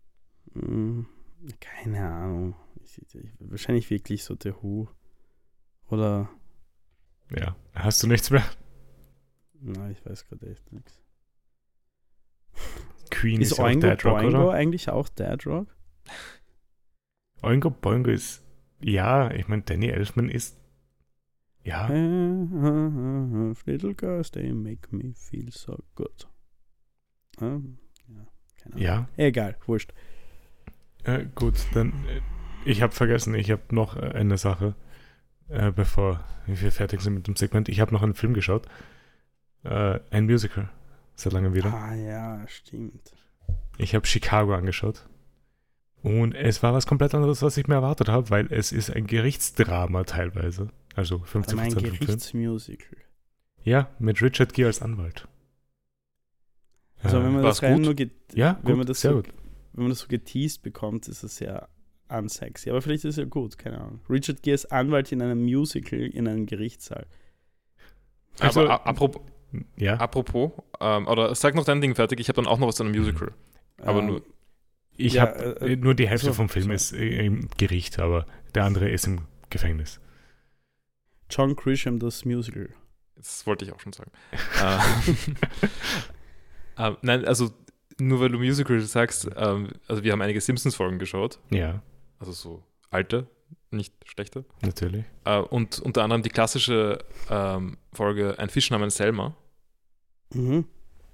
Ahnung. Wahrscheinlich wirklich so The Who. Oder, Ja. Hast du nichts mehr? na, ich weiß gerade echt nichts. Queen Ist ist ja auch Oingo Dead Rock, Boingo oder? eigentlich auch Dead Rock? Oingo Boingo ist, ja, ich meine, Danny Elfman ist, ja, Little girls, they make me feel so good. Ja, keine Ahnung. ja. Egal, wurscht. Gut, dann, ich habe vergessen, ich habe noch eine Sache, bevor wir fertig sind mit dem Segment. Ich habe noch einen Film geschaut, ein Musical, seit langem wieder. Ah ja, stimmt. Ich habe Chicago angeschaut und es war was komplett anderes, was ich mir erwartet habe, weil es ist ein Gerichtsdrama teilweise, also 50% Aber mein vom Film. Gerichtsmusical. Ja, mit Richard Gere als Anwalt. Also wenn man war's das rein gut? nur ja, wenn gut, man das sehr so, gut. wenn man das so geteased bekommt, ist es sehr unsexy. Aber vielleicht ist es ja gut, keine Ahnung. Richard Gere ist Anwalt in einem Musical in einem Gerichtssaal. Also, Aber ja, apropos, oder sag noch dein Ding fertig, ich habe dann auch noch was zu einem Musical. Aber nur, ich ja, habe nur die Hälfte so, vom Film so. ist im Gericht, aber der andere ist im Gefängnis. John Grisham, das Musical. das wollte ich auch schon sagen. Nein, also nur weil du Musical sagst, also wir haben einige Simpsons-Folgen geschaut, Ja, also so alte, nicht schlechte. natürlich. Und unter anderem die klassische Folge Ein Fisch namens Selma. Mhm.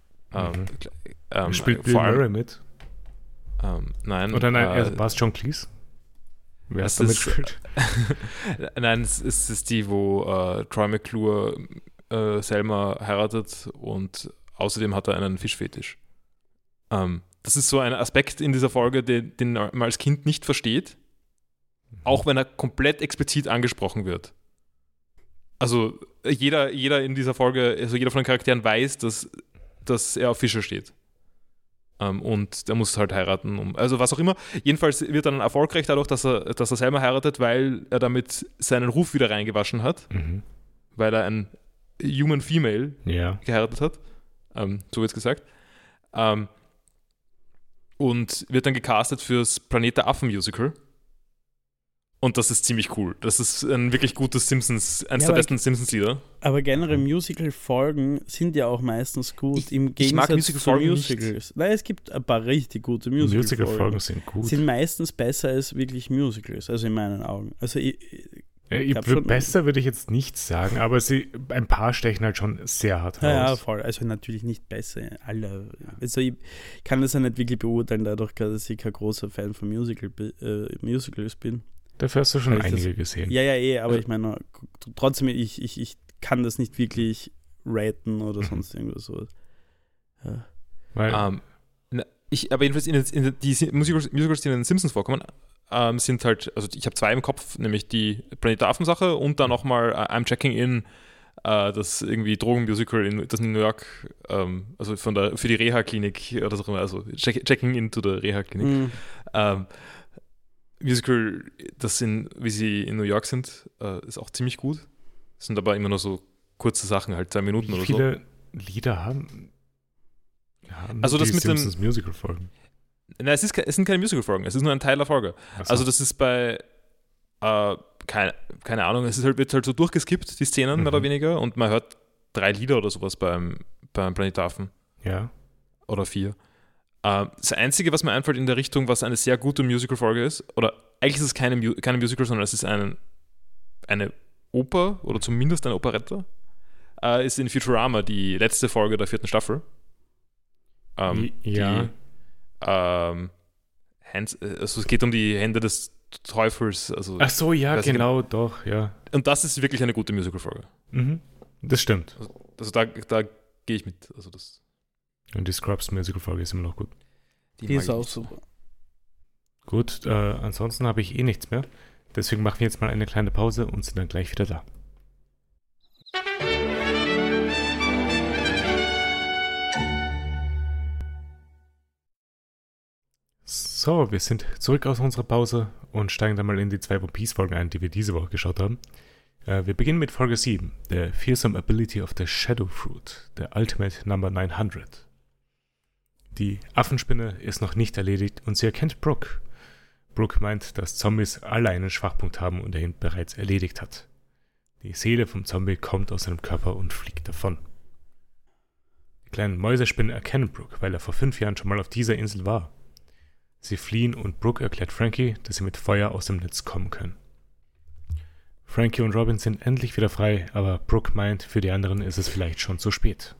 Spielt Bill vor allem, Murray mit? Nein. Oder nein, war es John Cleese? Wer es hat damit ist- gespielt? Nein, es ist die, wo Troy McClure Selma heiratet und außerdem hat er einen Fischfetisch. Das ist so ein Aspekt in dieser Folge, den man als Kind nicht versteht, auch wenn er komplett explizit angesprochen wird. Also jeder in dieser Folge, also jeder von den Charakteren weiß, dass er auf Fische steht. Und der muss halt heiraten. Also was auch immer. Jedenfalls wird er dann erfolgreich dadurch, dass er Selma heiratet, weil er damit seinen Ruf wieder reingewaschen hat, Mhm. weil er ein Human Female Ja. geheiratet hat. So wird es gesagt. Und wird dann gecastet fürs Planet der Affen Musical. Und das ist ziemlich cool. Das ist ein wirklich gutes Simpsons, eines Ja, der aber- besten Simpsons-Lieder. Aber generell Musical-Folgen sind ja auch meistens gut. Im ich mag Gegensatz zu Musical-Folgen nicht. Musicals. Nein, es gibt ein paar richtig gute Musical-Folgen. Musical-Folgen sind gut. Sind meistens besser als wirklich Musicals, also in meinen Augen. Also glaub schon- Besser würde ich jetzt nicht sagen, aber ein paar stechen halt schon sehr hart ja, raus. voll. Also natürlich nicht besser. Alle. Also ich kann das ja nicht wirklich beurteilen, dadurch, dass ich kein großer Fan von Musicals bin. Dafür hast du schon Weil ich einige gesehen. Ja, aber ich meine, trotzdem, ich kann das nicht wirklich raten oder sonst irgendwas so. Ja. Weil, aber jedenfalls die Musicals, die in den Simpsons vorkommen, sind halt, also ich habe zwei im Kopf, nämlich die Planet der Affen-Sache und dann nochmal I'm Checking In, das irgendwie Drogenmusical, das in New York, also für die Reha-Klinik oder so, also Checking Into the Reha-Klinik. Mhm. Musical, wie sie in New York sind, ist auch ziemlich gut. Sind aber immer nur so kurze Sachen, halt 2 Minuten wie oder so. viele Lieder haben Also das die mit dem- Simpsons Musical-Folgen? Nein, es sind keine Musical-Folgen, es ist nur ein Teil der Folge. Ach so. Also das ist bei, keine Ahnung, wird halt so durchgeskippt, die Szenen mehr oder weniger, und man hört 3 Lieder oder sowas beim Planet der Affen. Ja. Oder 4. Das Einzige, was mir einfällt in der Richtung, was eine sehr gute Musical-Folge ist, oder eigentlich ist es keine Musical, sondern es ist eine Oper oder zumindest eine Operette, ist in Futurama die letzte Folge der 4. Staffel. Ja. also es geht um die Hände des Teufels. Also, Ach so, ja, weiß ich genau, doch, ja. Und das ist wirklich eine gute Musical-Folge. Mhm. Das stimmt. Also da gehe ich mit. Also das, Und die Scrubs-Musical-Folge ist immer noch gut. Die mag ist ich auch nicht so. super. Gut, ansonsten habe ich nichts mehr. Deswegen machen wir jetzt mal eine kleine Pause und sind dann gleich wieder da. So, wir sind zurück aus unserer Pause und steigen dann mal in die 2 One Piece Folgen ein, die wir diese Woche geschaut haben. Wir beginnen mit Folge 7, The Fearsome Ability of the Shadow Fruit, der Ultimate Number 900. Die Affenspinne ist noch nicht erledigt und sie erkennt Brook. Brook meint, dass Zombies alle einen Schwachpunkt haben und er ihn bereits erledigt hat. Die Seele vom Zombie kommt aus seinem Körper und fliegt davon. Die kleinen Mäusespinnen erkennen Brook, weil er vor 5 Jahren schon mal auf dieser Insel war. Sie fliehen und Brook erklärt Frankie, dass sie mit Feuer aus dem Netz kommen können. Frankie und Robin sind endlich wieder frei, aber Brook meint, für die anderen ist es vielleicht schon zu spät.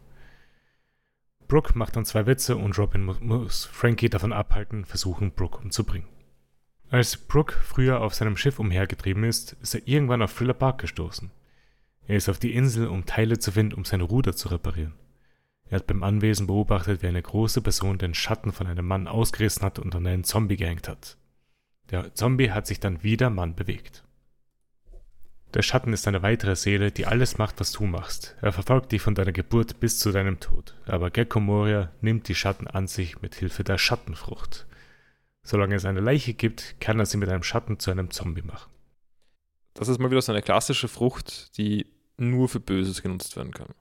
Brook macht dann 2 Witze und Robin muss Frankie davon abhalten, versuchen, Brook umzubringen. Als Brook früher auf seinem Schiff umhergetrieben ist, ist er irgendwann auf Thriller Bark gestoßen. Er ist auf die Insel, um Teile zu finden, um sein Ruder zu reparieren. Er hat beim Anwesen beobachtet, wie eine große Person den Schatten von einem Mann ausgerissen hat und an einen Zombie gehängt hat. Der Zombie hat sich dann wie der Mann bewegt. Der Schatten ist eine weitere Seele, die alles macht, was du machst. Er verfolgt dich von deiner Geburt bis zu deinem Tod. Aber Gecko Moria nimmt die Schatten an sich mit Hilfe der Schattenfrucht. Solange es eine Leiche gibt, kann er sie mit einem Schatten zu einem Zombie machen. Das ist mal wieder so eine klassische Frucht, die nur für Böses genutzt werden kann.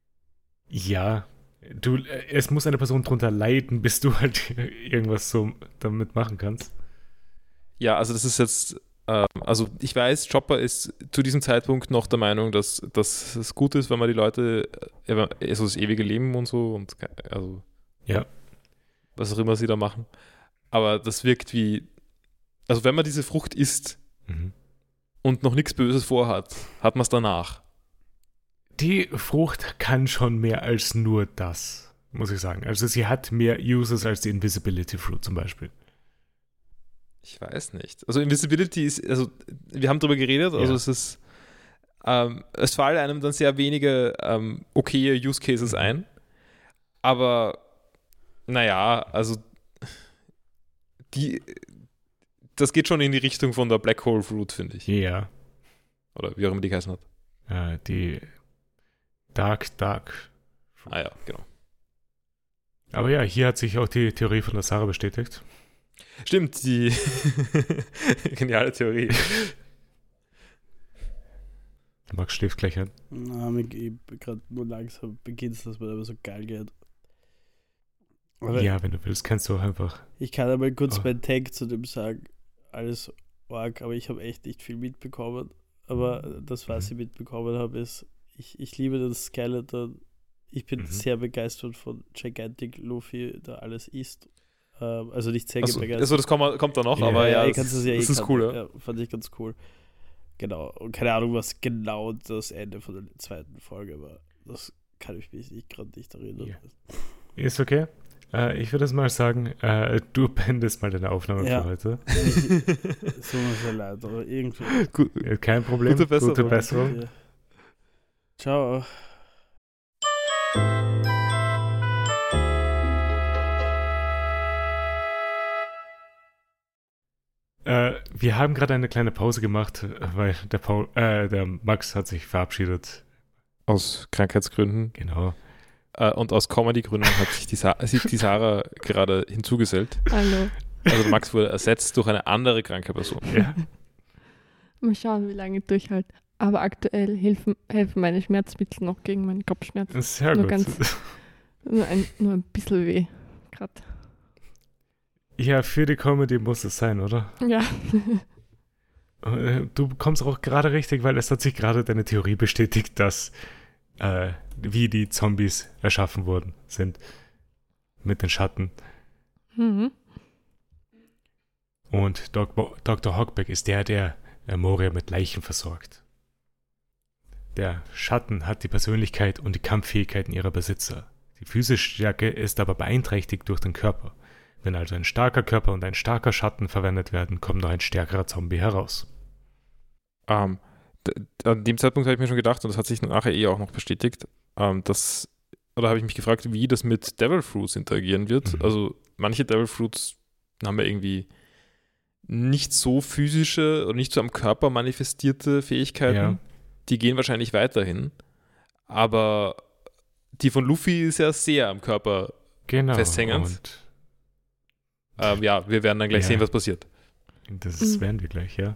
Ja, es muss eine Person drunter leiden, bis du halt irgendwas so damit machen kannst. Ja, also das ist jetzt, also ich weiß, Chopper ist zu diesem Zeitpunkt noch der Meinung, dass es gut ist, wenn man die Leute, also das ewige Leben und so, und also Ja. was auch immer sie da machen. Aber das wirkt wie, also wenn man diese Frucht isst und noch nichts Böses vorhat, hat man es danach. Die Frucht kann schon mehr als nur das, muss ich sagen. Also sie hat mehr Uses als die Invisibility Fruit zum Beispiel. Ich weiß nicht. Also Invisibility ist, also wir haben darüber geredet, also es ist, es fallen einem dann sehr wenige okaye Use Cases ein, aber naja, also das geht schon in die Richtung von der Black Hole Fruit, finde ich. Ja. Oder wie auch immer die geheißen hat. Die Dark. Ah ja, genau. Aber ja, hier hat sich auch die Theorie von der Sarah bestätigt. Stimmt, die geniale Theorie. Max schläft gleich ein. Na, mir gerade nur langsam beginnt es, dass mir aber so geil geht. Aber ja, wenn du willst, kannst du auch einfach. ich kann aber kurz meinen Tag zu dem sagen. Alles arg, aber ich habe echt nicht viel mitbekommen. Aber das, was ich mitbekommen habe, ist, ich liebe das Skeleton. Ich bin sehr begeistert von Gigantic Luffy, der alles isst. Also nicht sehr begeistert. Also das kommt da noch, Ja, aber ja, das ist cool, ja. Ja, fand ich ganz cool. Genau. Und keine Ahnung, was genau das Ende von der 2. Folge war. Das kann ich mich gerade nicht erinnern. Ja. Ist okay. Ich würde es mal sagen, du beendest mal deine Aufnahme für heute. So sehr leid, aber irgendwie. Kein Problem. Gute Besserung. Ja. Ciao. Wir haben gerade eine kleine Pause gemacht, weil der Max hat sich verabschiedet. Aus Krankheitsgründen. Genau. Und aus Comedy-Gründen hat sich die Sarah gerade hinzugesellt. Hallo. Also Max wurde ersetzt durch eine andere kranke Person. Ja. Mal schauen, wie lange ich durchhalte. Aber aktuell helfen meine Schmerzmittel noch gegen meine Kopfschmerzen. Sehr nur gut. Nur ein bisschen weh. Gerade. Ja, für die Comedy muss es sein, oder? Ja. Du kommst auch gerade richtig, weil es hat sich gerade deine Theorie bestätigt, dass wie die Zombies erschaffen worden sind. Mit den Schatten. Mhm. Und Dr. Hockback ist der Moria mit Leichen versorgt. Der Schatten hat die Persönlichkeit und die Kampffähigkeiten ihrer Besitzer. Die physische Stärke ist aber beeinträchtigt durch den Körper. Wenn also ein starker Körper und ein starker Schatten verwendet werden, kommt noch ein stärkerer Zombie heraus. An dem Zeitpunkt habe ich mir schon gedacht, und das hat sich nachher auch noch bestätigt, oder habe ich mich gefragt, wie das mit Devil Fruits interagieren wird. Mhm. Also manche Devil Fruits haben ja irgendwie nicht so physische oder nicht so am Körper manifestierte Fähigkeiten. Ja. Die gehen wahrscheinlich weiterhin. Aber die von Luffy ist ja sehr am Körper Genau. festhängend. Und Wir werden dann gleich Ja. sehen, was passiert. das werden wir gleich, ja.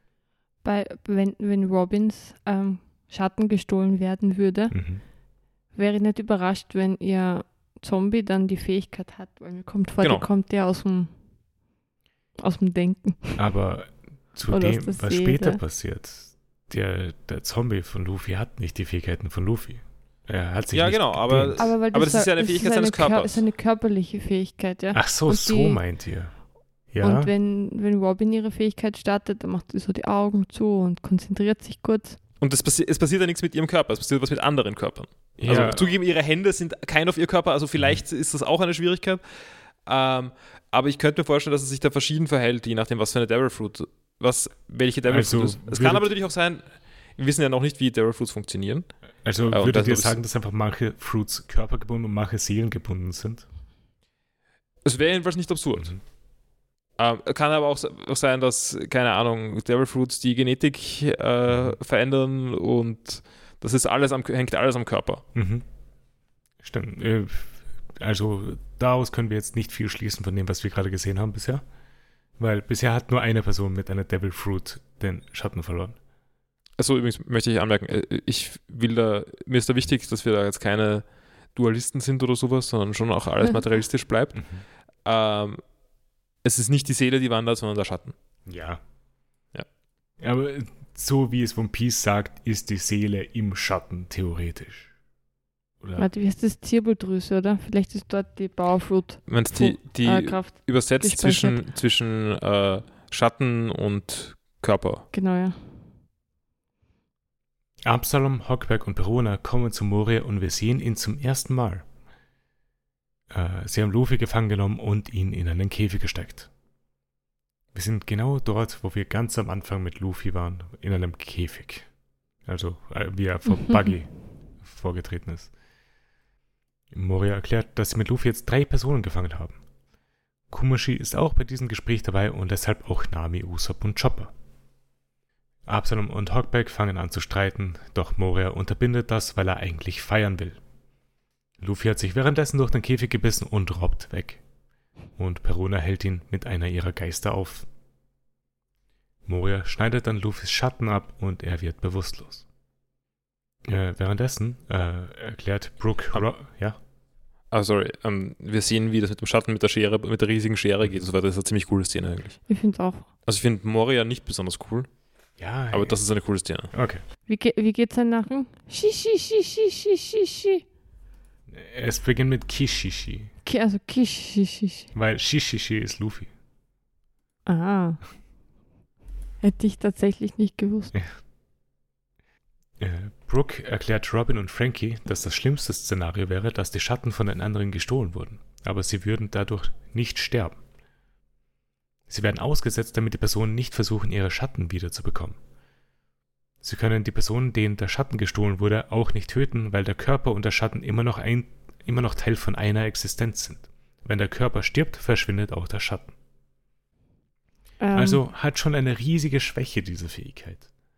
Wenn Robins Schatten gestohlen werden würde, Mhm. wäre ich nicht überrascht, wenn ihr Zombie dann die Fähigkeit hat, weil mir kommt vor, Genau. die kommt ja aus dem Denken. Aber zu Oder aus dem, der was Seele. später passiert, der Zombie von Luffy hat nicht die Fähigkeiten von Luffy. Er hat sich Ja, nicht genau, aber- gedehnt. Aber das ist ja eine Fähigkeit seines Körpers. Das ist eine körperliche Fähigkeit, ja. Ach so, Und so die- meint ihr. Ja, Und wenn Robin ihre Fähigkeit startet, dann macht sie so die Augen zu und konzentriert sich kurz. Und es passiert ja nichts mit ihrem Körper, es passiert was mit anderen Körpern. ja. Also zugegeben, ihre Hände sind kein auf ihr Körper, also vielleicht ist das auch eine Schwierigkeit. Aber ich könnte mir vorstellen, dass es sich da verschieden verhält, je nachdem, was für eine Devil Fruit, welche Devil Also Fruit ist. Es kann aber natürlich auch sein, wir wissen ja noch nicht, wie Devil Fruits funktionieren. Also und würdet das ihr ist- sagen, dass einfach manche Fruits körpergebunden und manche seelengebunden sind? Es wäre jedenfalls nicht absurd. Mhm. Kann aber auch sein, dass, keine Ahnung, Devil Fruits die Genetik verändern und das ist hängt alles am Körper. Mhm. Stimmt. Also daraus können wir jetzt nicht viel schließen von dem, was wir gerade gesehen haben bisher. Weil bisher hat nur eine Person mit einer Devil Fruit den Schatten verloren. Achso, übrigens möchte ich anmerken, mir ist da wichtig, dass wir da jetzt keine Dualisten sind oder sowas, sondern schon auch alles materialistisch bleibt. Es ist nicht die Seele, die wandert, sondern der Schatten. Ja. Ja. Aber so wie es One Piece sagt, ist die Seele im Schatten theoretisch. Oder? Warte, wie heißt das? Zirbeldrüse, oder? Vielleicht ist dort die Powerfruit Wenn es die Kraft. übersetzt gespeichert. zwischen Schatten und Körper. Genau, ja. Absalom, Hockberg und Perona kommen zu Moria und wir sehen ihn zum ersten Mal. Sie haben Luffy gefangen genommen und ihn in einen Käfig gesteckt. Wir sind genau dort, wo wir ganz am Anfang mit Luffy waren, in einem Käfig. Also, wie er vor Buggy vorgetreten ist. Moria erklärt, dass sie mit Luffy jetzt 3 Personen gefangen haben. Kumashi ist auch bei diesem Gespräch dabei und deshalb auch Nami, Usopp und Chopper. Absalom und Hockback fangen an zu streiten, doch Moria unterbindet das, weil er eigentlich feiern will. Luffy hat sich währenddessen durch den Käfig gebissen und robbt weg. Und Perona hält ihn mit einer ihrer Geister auf. Moria schneidet dann Luffys Schatten ab und er wird bewusstlos. Währenddessen erklärt Brooke... ja? Wir sehen, wie das mit dem Schatten, mit der riesigen Schere geht und so weiter. Das ist eine ziemlich coole Szene eigentlich. Ich finde auch. Also ich finde Moria nicht besonders cool, Ja, aber das ist eine coole Szene. okay. Wie geht's sein Nacken? Shi. Es beginnt mit Kishishi, Also Kish. weil Shishishi ist Luffy. Ah. Hätte ich tatsächlich nicht gewusst. Brooke erklärt Robin und Frankie, dass das schlimmste Szenario wäre, dass die Schatten von den anderen gestohlen wurden, aber sie würden dadurch nicht sterben. Sie werden ausgesetzt, damit die Personen nicht versuchen, ihre Schatten wiederzubekommen. Sie können die Personen, denen der Schatten gestohlen wurde, auch nicht töten, weil der Körper und der Schatten immer noch Teil von einer Existenz sind. Wenn der Körper stirbt, verschwindet auch der Schatten. Also hat schon eine riesige Schwäche, diese Fähigkeit.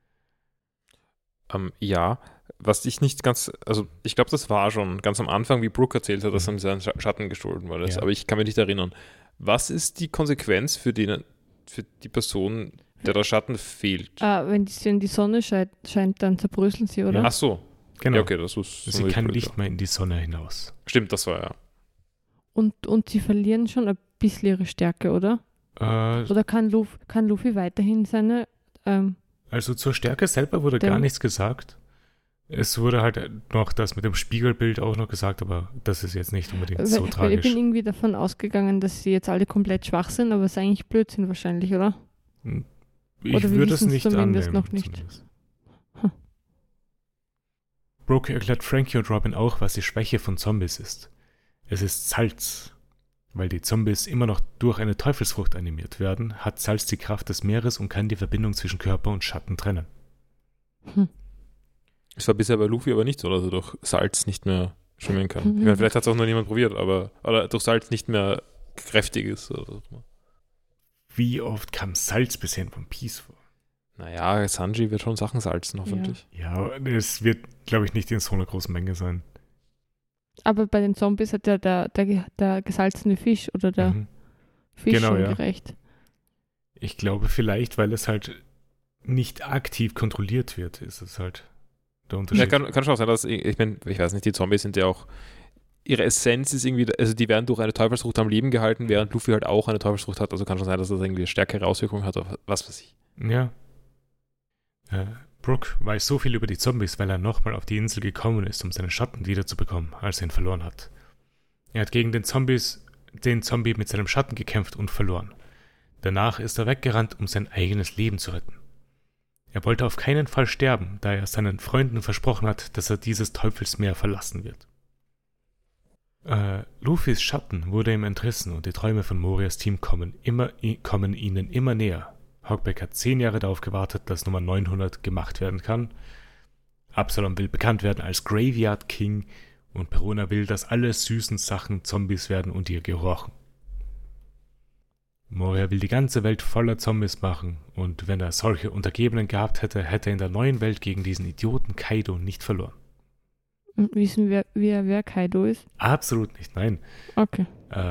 Ja, was ich nicht ganz, also ich glaube, das war schon ganz am Anfang, wie Brooke erzählt hat, dass dann sein Schatten gestohlen worden ist, Ja. aber ich kann mich nicht erinnern. Was ist die Konsequenz für die Person, der Schatten fehlt? Wenn die Sonne scheint, dann zerbröseln sie, oder? Ach so. Genau. Ja, okay, das ist Sie kann nicht mehr in die Sonne hinaus. Stimmt, das war ja. Und sie verlieren schon ein bisschen ihre Stärke, oder? Oder kann Luffy weiterhin seine... Also zur Stärke selber wurde gar nichts gesagt. Es wurde halt noch das mit dem Spiegelbild auch noch gesagt, aber das ist jetzt nicht unbedingt so weil ich tragisch. bin irgendwie davon ausgegangen, dass sie jetzt alle komplett schwach sind, aber es ist eigentlich Blödsinn wahrscheinlich, oder? Ich Oder wir würde es wissen's nicht zumindest annehmen. noch nicht. Zumindest. Hm. Brooke erklärt Frankie und Robin auch, was die Schwäche von Zombies ist. Es ist Salz. Weil die Zombies immer noch durch eine Teufelsfrucht animiert werden, hat Salz die Kraft des Meeres und kann die Verbindung zwischen Körper und Schatten trennen. Es war bisher bei Luffy aber nicht so, dass er durch Salz nicht mehr schwimmen kann. Ich meine, vielleicht hat es auch noch niemand probiert, oder durch Salz nicht mehr kräftig ist. Oder so. Wie oft kam Salz bisher in One Piece vor? Naja, Sanji wird schon Sachen salzen, hoffentlich. Ja, es wird, glaube ich, nicht in so einer großen Menge sein. Aber bei den Zombies hat ja der gesalzene Fisch oder der Fisch Genau, schon ja. gerecht. Ich glaube vielleicht, weil es halt nicht aktiv kontrolliert wird, ist es halt der Ja, Unterschied. kann schon auch sein, dass, ich meine, ich weiß nicht, die Zombies sind ja auch, ihre Essenz ist irgendwie, also die werden durch eine Teufelsfrucht am Leben gehalten, während Luffy halt auch eine Teufelsfrucht hat, also kann schon sein, dass das irgendwie eine stärkere Auswirkung hat auf was weiß ich. Ja. Brook weiß so viel über die Zombies, weil er nochmal auf die Insel gekommen ist, um seinen Schatten wiederzubekommen, als er ihn verloren hat. Er hat gegen den Zombie mit seinem Schatten gekämpft und verloren. Danach ist er weggerannt, um sein eigenes Leben zu retten. Er wollte auf keinen Fall sterben, da er seinen Freunden versprochen hat, dass er dieses Teufelsmeer verlassen wird. Luffys Schatten wurde ihm entrissen und die Träume von Morias Team kommen ihnen immer näher. Hogback hat 10 Jahre darauf gewartet, dass Nummer 900 gemacht werden kann. Absalom will bekannt werden als Graveyard King und Perona will, dass alle süßen Sachen Zombies werden und ihr gehorchen. Moria will die ganze Welt voller Zombies machen und wenn er solche Untergebenen gehabt hätte, hätte er in der neuen Welt gegen diesen Idioten Kaido nicht verloren. Und wissen wir, wer Kaido ist? Absolut nicht, nein. Okay.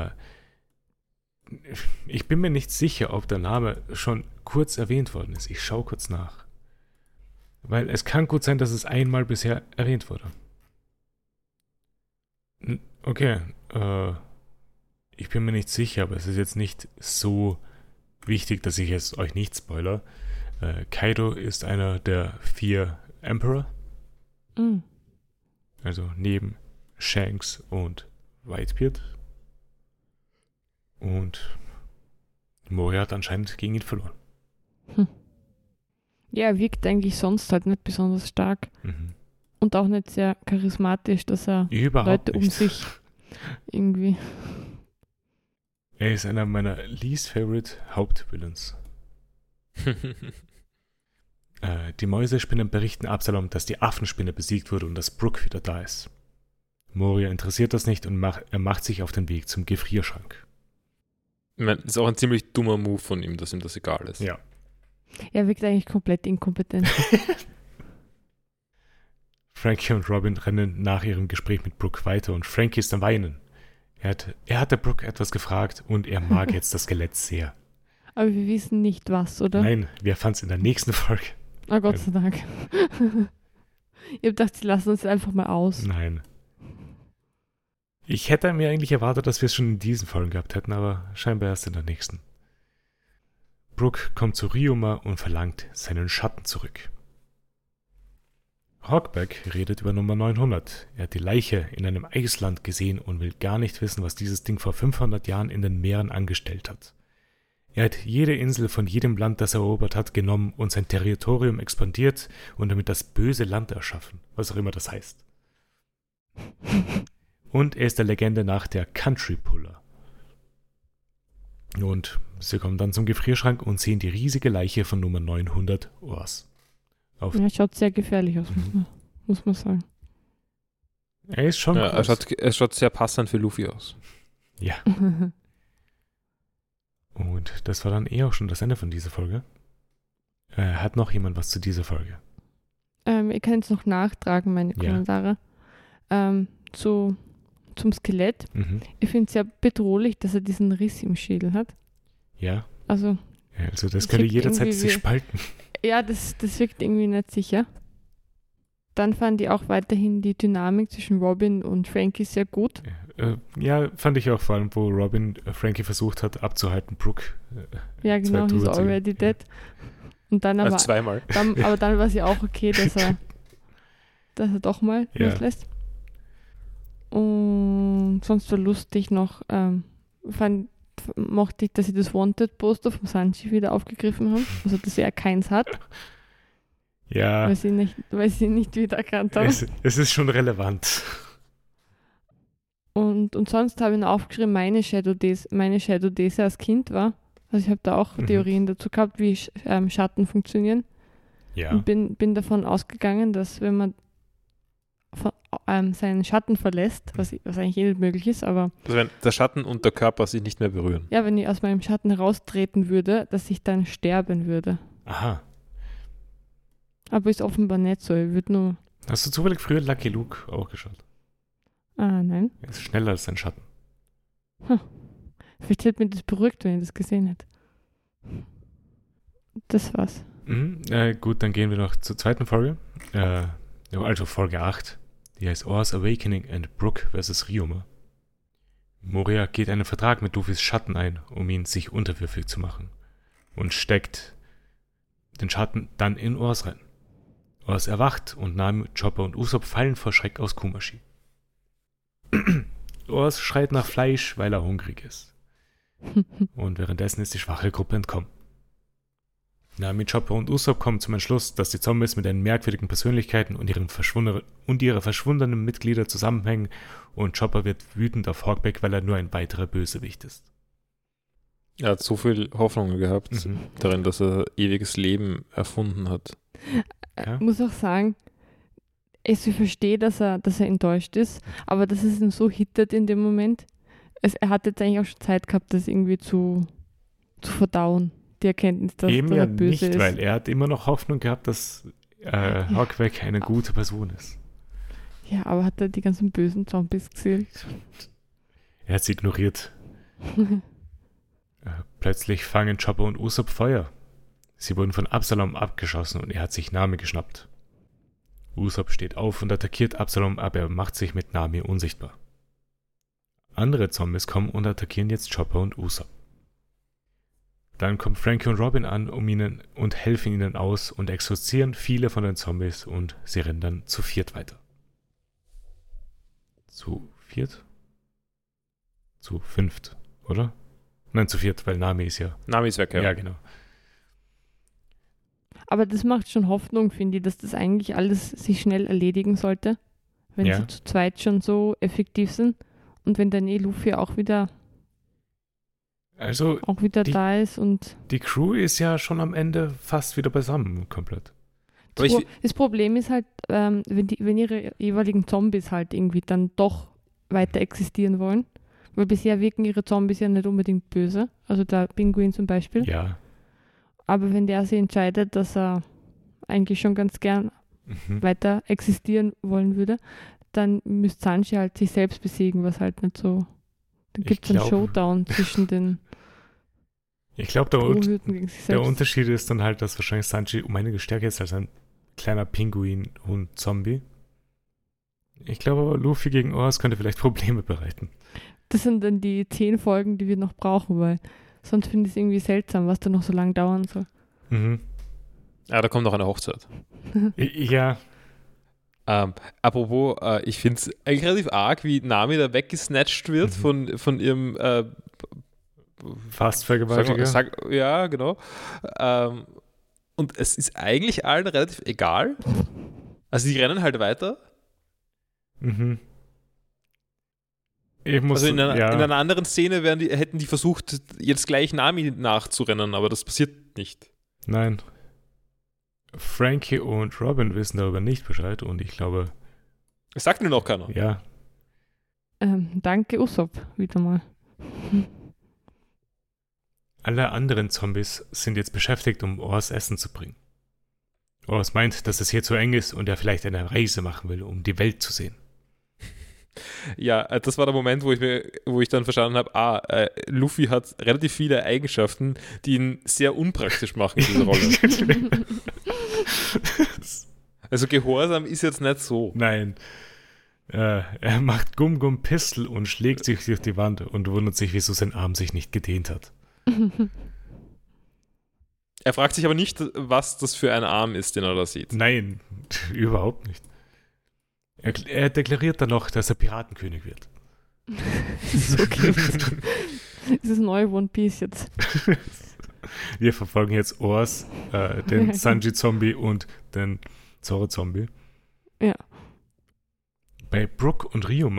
Ich bin mir nicht sicher, ob der Name schon kurz erwähnt worden ist. Ich schaue kurz nach. Weil es kann gut sein, dass es einmal bisher erwähnt wurde. Okay, ich bin mir nicht sicher, aber es ist jetzt nicht so wichtig, dass ich es euch nicht spoiler. Kaido ist einer der 4 Emperor. Also neben Shanks und Whitebeard. Und Moria hat anscheinend gegen ihn verloren. Ja, er wirkt eigentlich sonst halt nicht besonders stark. Und auch nicht sehr charismatisch, dass er Überhaupt Leute um nicht. sich irgendwie... Er ist einer meiner least favorite Hauptvillains. Die Mäusespinnen berichten Absalom, dass die Affenspinne besiegt wurde und dass Brook wieder da ist. Moria interessiert das nicht und er macht sich auf den Weg zum Gefrierschrank. Ich meine, ist auch ein ziemlich dummer Move von ihm, dass ihm das egal ist. Ja. Er wirkt eigentlich komplett inkompetent. Frankie und Robin rennen nach ihrem Gespräch mit Brook weiter und Frankie ist am Weinen. Er hatte Brook etwas gefragt und er mag jetzt das Skelett sehr. Aber wir wissen nicht was, oder? Nein, wir erfahren es in der nächsten Folge. Oh Gott sei Dank. Ich hab gedacht, sie lassen uns einfach mal aus. Nein. Ich hätte mir eigentlich erwartet, dass wir es schon in diesen Folgen gehabt hätten, aber scheinbar erst in der nächsten. Brook kommt zu Ryuma und verlangt seinen Schatten zurück. Hogback redet über Nummer 900. Er hat die Leiche in einem Eisland gesehen und will gar nicht wissen, was dieses Ding vor 500 Jahren in den Meeren angestellt hat. Er hat jede Insel von jedem Land, das er erobert hat, genommen und sein Territorium expandiert und damit das böse Land erschaffen, was auch immer das heißt. Und er ist der Legende nach der Country Puller. Und sie kommen dann zum Gefrierschrank und sehen die riesige Leiche von Nummer 900 Ors. Ja, schaut sehr gefährlich aus, muss man sagen. Er ist schon Ja, groß. er schaut sehr passend für Luffy aus. Ja. Und das war dann auch schon das Ende von dieser Folge. Hat noch jemand was zu dieser Folge? Ich kann jetzt noch nachtragen, meine Ja. Kommentare. Zum Skelett. Ich finde es sehr bedrohlich, dass er diesen Riss im Schädel hat. Ja. Also, Also das Das könnte wirkt jederzeit irgendwie sich wie- spalten. ja, das wirkt irgendwie nicht sicher. Dann fand ich auch weiterhin die Dynamik zwischen Robin und Frankie sehr gut. Ja, fand ich auch vor allem, wo Robin Frankie versucht hat abzuhalten, Brook. Ja, genau, Zwei he's Tour zu already gehen. dead. Und dann aber, Also zweimal. aber dann war es ja auch okay, dass er doch mal Ja. loslässt. Und sonst war lustig noch, mochte ich, dass sie das Wanted-Poster vom Sanji wieder aufgegriffen haben. Also, dass er keins hat, Ja, weil sie nicht wiedererkannt haben. es ist schon relevant. Und Und sonst habe ich noch aufgeschrieben, meine Shadow Days als Kind war. Also ich habe da auch Theorien dazu gehabt, wie Schatten funktionieren. Ja. Und bin davon ausgegangen, dass wenn man seinen Schatten verlässt, was eigentlich nicht möglich ist, aber Also wenn der Schatten und der Körper sich nicht mehr berühren. ja, wenn ich aus meinem Schatten heraustreten würde, dass ich dann sterben würde. Aha. Aber ist offenbar nicht so. Ich würde nur. Hast du zufällig früher Lucky Luke auch geschaut? Nein. Er ist schneller als sein Schatten. Vielleicht hätte mich das beruhigt, wenn ich das gesehen hätte. Das war's. Gut, dann gehen wir noch zur zweiten Folge. Also Folge 8. Die heißt Oars Awakening and Brook vs. Ryuma. Moria geht einen Vertrag mit Luffys Schatten ein, um ihn sich unterwürfig zu machen. Und steckt den Schatten dann in Oars rein. Oars erwacht und Nami, Chopper und Usopp fallen vor Schreck aus Kumashi. Oars schreit nach Fleisch, weil er hungrig ist. Und währenddessen ist die schwache Gruppe entkommen. Nami, Chopper und Usopp kommen zum Entschluss, dass die Zombies mit den merkwürdigen Persönlichkeiten und ihre verschwundenen Mitglieder zusammenhängen, und Chopper wird wütend auf Hawkback, weil er nur ein weiterer Bösewicht ist. Er hat so viel Hoffnung gehabt darin, dass er ewiges Leben erfunden hat. Ja. Ich muss auch sagen, ich verstehe, dass er enttäuscht ist, aber dass es ihn so hittet in dem Moment. Er hat jetzt eigentlich auch schon Zeit gehabt, das irgendwie zu verdauen, die Erkenntnis, dass Eben er ja böse nicht, ist. weil er hat immer noch Hoffnung gehabt, dass Hawkback eine gute Person ist. Ja, aber hat er die ganzen bösen Zombies gesehen? Er hat sie ignoriert. Plötzlich fangen Chopper und Usopp Feuer. Sie wurden von Absalom abgeschossen und er hat sich Nami geschnappt. Usopp steht auf und attackiert Absalom, aber er macht sich mit Nami unsichtbar. Andere Zombies kommen und attackieren jetzt Chopper und Usopp. Dann kommen Frankie und Robin an und helfen ihnen aus und exorzieren viele von den Zombies, und sie rennen dann zu viert weiter. Zu viert? Zu fünft, oder? Nein, zu viert, weil Nami ist ja... Nami ist weg, ja. Ja, genau. Aber das macht schon Hoffnung, finde ich, dass das eigentlich alles sich schnell erledigen sollte, wenn Ja. sie zu zweit schon so effektiv sind und wenn dann Luffy auch wieder Also, da ist und die Crew ist ja schon am Ende fast wieder beisammen, komplett. Aber das Problem ist halt, wenn ihre jeweiligen Zombies halt irgendwie dann doch weiter existieren wollen, weil bisher wirken ihre Zombies ja nicht unbedingt böse, also der Pinguin zum Beispiel. Ja. Aber wenn der sich entscheidet, dass er eigentlich schon ganz gern weiter existieren wollen würde, dann müsste Sanji halt sich selbst besiegen, was halt nicht so... Da gibt es einen Showdown zwischen den Ich glaube, Pro-Hüten gegen sich der selbst. Unterschied ist dann halt, dass wahrscheinlich Sanji um einige stärker ist als ein kleiner Pinguin-Hund-Zombie. Ich glaube aber, Luffy gegen Oars könnte vielleicht Probleme bereiten. Das sind dann die 10 Folgen, die wir noch brauchen, weil sonst finde ich es irgendwie seltsam, was da noch so lange dauern soll. Ja, da kommt noch eine Hochzeit. Ja. Apropos, ich finde es eigentlich relativ arg, wie Nami da weggesnatcht wird von ihrem Fast Vergewaltiger. ja, genau. Und es ist eigentlich allen relativ egal. Also die rennen halt weiter. Ich muss, Also in einer anderen Szene hätten die versucht, jetzt gleich Nami nachzurennen, aber das passiert nicht. Nein. Frankie und Robin wissen darüber nicht Bescheid, und ich glaube... Es sagt nur noch keiner. Ja. Danke Usopp, wieder mal. Alle anderen Zombies sind jetzt beschäftigt, um Oars Essen zu bringen. Oars meint, dass es hier zu eng ist und er vielleicht eine Reise machen will, um die Welt zu sehen. Ja, das war der Moment, wo ich dann verstanden habe, Luffy hat relativ viele Eigenschaften, die ihn sehr unpraktisch machen in dieser Rolle. Also Gehorsam ist jetzt nicht so. Nein. Er macht Gum-Gum-Pistol und schlägt sich durch die Wand und wundert sich, wieso sein Arm sich nicht gedehnt hat. Er fragt sich aber nicht, was das für ein Arm ist, den er da sieht. Nein, überhaupt nicht. Er deklariert dann noch, dass er Piratenkönig wird. So klingt das neue One Piece jetzt. Wir verfolgen jetzt Oars, den Sanji-Zombie und den Zoro-Zombie. Ja. Bei Brook und Ryuma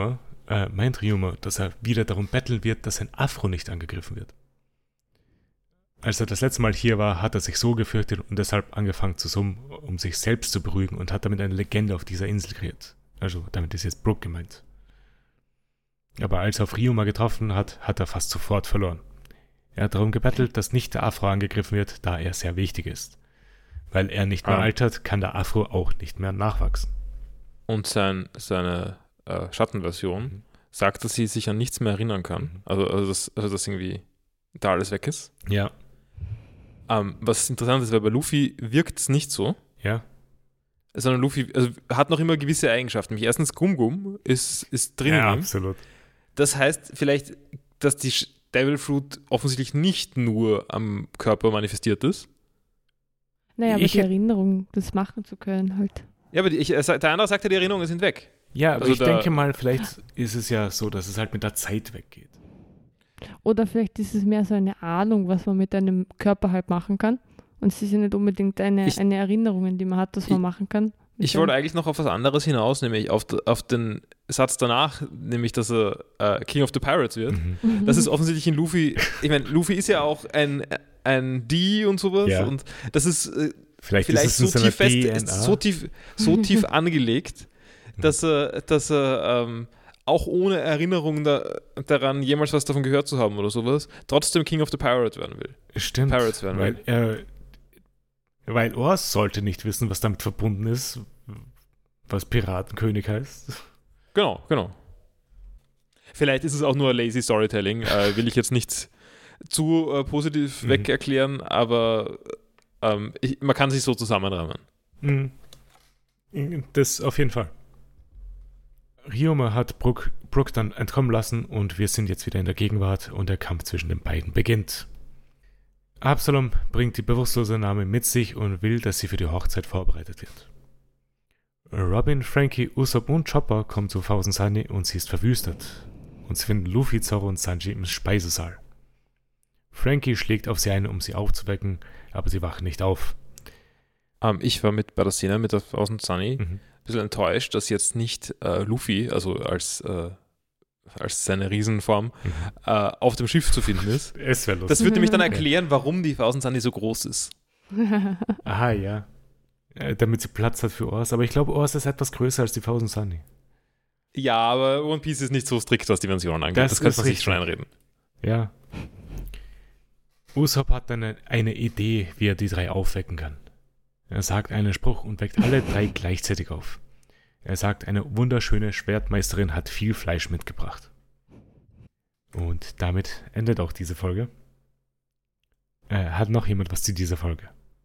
meint Ryuma, dass er wieder darum betteln wird, dass sein Afro nicht angegriffen wird. Als er das letzte Mal hier war, hat er sich so gefürchtet und deshalb angefangen zu summen, um sich selbst zu beruhigen und hat damit eine Legende auf dieser Insel kreiert. Also damit ist jetzt Brook gemeint. Aber als er auf Ryuma getroffen hat, hat er fast sofort verloren. Er hat darum gebettelt, dass nicht der Afro angegriffen wird, da er sehr wichtig ist. Weil er nicht mehr altert, kann der Afro auch nicht mehr nachwachsen. Und seine Schattenversion sagt, dass sie sich an nichts mehr erinnern kann. Also dass irgendwie da alles weg ist. Ja. Was interessant ist, weil bei Luffy wirkt es nicht so. Ja. Sondern Luffy hat noch immer gewisse Eigenschaften. Erstens, Gum ist drin. Ja, absolut. Das heißt vielleicht, dass die Devil Fruit offensichtlich nicht nur am Körper manifestiert ist. Naja, aber die Erinnerung, das machen zu können halt. Ja, aber der andere sagt ja, die Erinnerungen sind weg. Ja, aber ich denke mal, vielleicht ist es ja so, dass es halt mit der Zeit weggeht. Oder vielleicht ist es mehr so eine Ahnung, was man mit einem Körper halt machen kann. Und es ist ja nicht unbedingt eine Erinnerung, die man hat, dass man machen kann. Ich wollte eigentlich noch auf was anderes hinaus, nämlich auf den Satz danach, nämlich, dass er King of the Pirates wird. Mhm. Das ist offensichtlich in Luffy, ich meine, Luffy ist ja auch ein D und sowas. Ja. Und das ist vielleicht ist so tief fest, so tief angelegt, dass er auch ohne Erinnerung daran, jemals was davon gehört zu haben oder sowas, trotzdem King of the Pirates werden will. Stimmt, weil Ors sollte nicht wissen, was damit verbunden ist, was Piratenkönig heißt. Genau. Vielleicht ist es auch nur lazy Storytelling, will ich jetzt nicht zu positiv weg erklären, aber man kann sich so zusammenrahmen. Das auf jeden Fall. Ryuma hat Brook dann entkommen lassen und wir sind jetzt wieder in der Gegenwart und der Kampf zwischen den beiden beginnt. Absalom bringt die bewusstlose Name mit sich und will, dass sie für die Hochzeit vorbereitet wird. Robin, Frankie, Usopp und Chopper kommen zu Thousand Sunny und sie ist verwüstet. Und sie finden Luffy, Zoro und Sanji im Speisesaal. Frankie schlägt auf sie ein, um sie aufzuwecken, aber sie wachen nicht auf. Ich war bei der Szene mit der Thousand Sunny ein bisschen enttäuscht, dass jetzt nicht Luffy, also als seine Riesenform, auf dem Schiff zu finden ist. Es wäre lustig. Das würde nämlich dann erklären, warum die Thousand Sunny so groß ist. Aha, ja. Damit sie Platz hat für Ors. Aber ich glaube, Ors ist etwas größer als die Thousand Sunny. Ja, aber One Piece ist nicht so strikt, was Dimensionen angeht. Das könnte man sich schon einreden. Ja. Usopp hat dann eine Idee, wie er die drei aufwecken kann. Er sagt einen Spruch und weckt alle drei gleichzeitig auf. Er sagt, eine wunderschöne Schwertmeisterin hat viel Fleisch mitgebracht. Und damit endet auch diese Folge. Hat noch jemand was zu dieser Folge?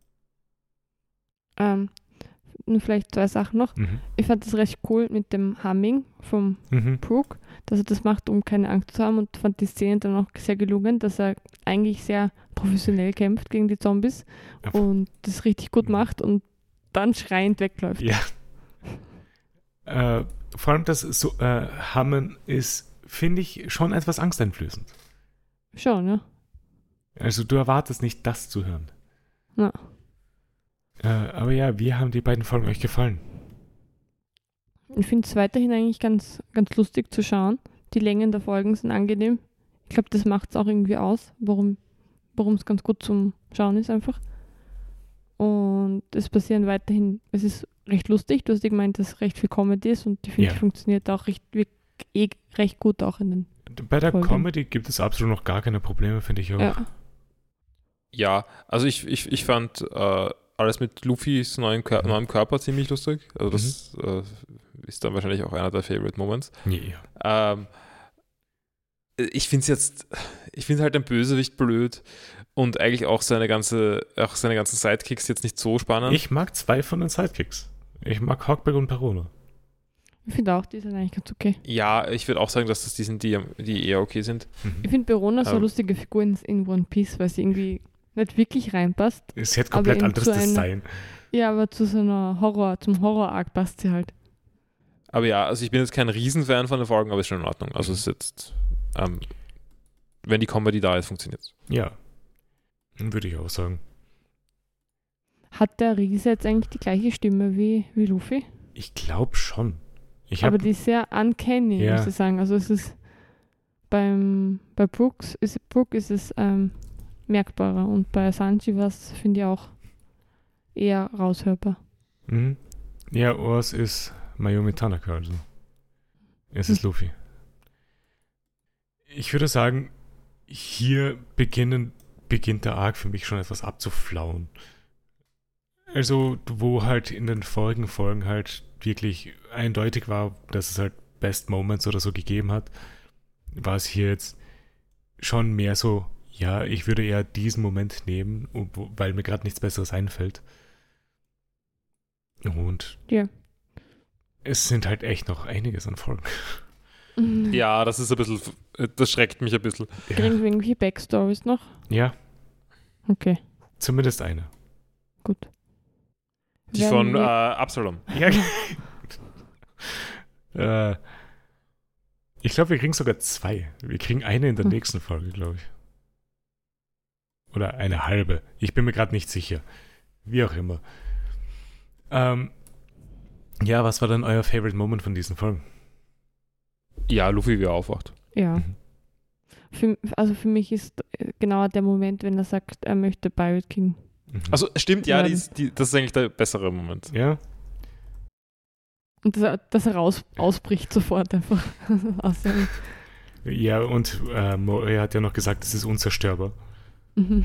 Vielleicht zwei Sachen noch. Ich fand das recht cool mit dem Humming vom Brook, dass er das macht, um keine Angst zu haben, und fand die Szene dann auch sehr gelungen, dass er eigentlich sehr professionell kämpft gegen die Zombies und das richtig gut macht und dann schreiend wegläuft. Ja. Vor allem das Hammen ist, finde ich, schon etwas angsteinflößend. Schon, ja. Also du erwartest nicht, das zu hören. Ja. Aber ja, wie haben die beiden Folgen euch gefallen? Ich finde es weiterhin eigentlich ganz, ganz lustig zu schauen. Die Längen der Folgen sind angenehm. Ich glaube, das macht es auch irgendwie aus, warum es ganz gut zum Schauen ist einfach. Und es passieren weiterhin, es ist recht lustig. Du hast ja gemeint, dass recht viel Comedy ist und die finde ich funktioniert auch recht gut auch in den Bei der Folgen. Comedy gibt es absolut noch gar keine Probleme, finde ich auch. Ja, also ich fand alles mit Luffys neuem Körper ziemlich lustig. Also das ist dann wahrscheinlich auch einer der Favorite Moments. Ja. Ich finde halt den Bösewicht blöd und eigentlich auch seine ganzen Sidekicks jetzt nicht so spannend. Ich mag zwei von den Sidekicks. Ich mag Hawkback und Perona. Ich finde auch, die sind eigentlich ganz okay. Ja, ich würde auch sagen, dass das die sind, die eher okay sind. Ich finde Perona so eine lustige Figur in One Piece, weil sie irgendwie nicht wirklich reinpasst. Sie hat komplett anderes Design. Ja, aber zum Horror-Arc passt sie halt. Aber ja, also ich bin jetzt kein Riesenfan von den Folgen, aber ist schon in Ordnung. Also es ist jetzt, wenn die Comedy da ist, funktioniert es. Ja, würde ich auch sagen. Hat der Riese jetzt eigentlich die gleiche Stimme wie Luffy? Ich glaube schon. Aber die ist sehr uncanny, Ja. muss ich sagen. Also es ist bei Brooke ist es merkbarer und bei Sanji war es, finde ich, auch eher raushörbar. Mhm. Ja, Urs ist Mayumi Tanaka, also. Es ist Luffy. Ich würde sagen, hier beginnt der Arc für mich schon etwas abzuflauen. Also, wo halt in den vorigen Folgen halt wirklich eindeutig war, dass es halt Best Moments oder so gegeben hat, war es hier jetzt schon mehr so, ja, ich würde eher diesen Moment nehmen, weil mir gerade nichts Besseres einfällt. Und Ja. es sind halt echt noch einiges an Folgen. Ja, das ist ein bisschen, das schreckt mich ein bisschen. Kriegen wir irgendwelche Backstories noch? Ja, Okay, zumindest eine. gut. Die Werden von wir- Absalom. Ja. Ich glaube, wir kriegen sogar 2. Wir kriegen eine in der nächsten Folge, glaube ich. Oder eine halbe. Ich bin mir gerade nicht sicher. Wie auch immer. Ja, was war denn euer Favorite Moment von diesen Folgen? Ja, Luffy, wie er aufwacht. Ja. Mhm. Für mich ist genau der Moment, wenn er sagt, er möchte Pirate King. Mhm. Also stimmt, ja, Ja. das ist eigentlich der bessere Moment. Ja? Und dass er ausbricht sofort einfach. Aus seinem- Ja, und Moe hat ja noch gesagt, es ist unzerstörbar. Mhm.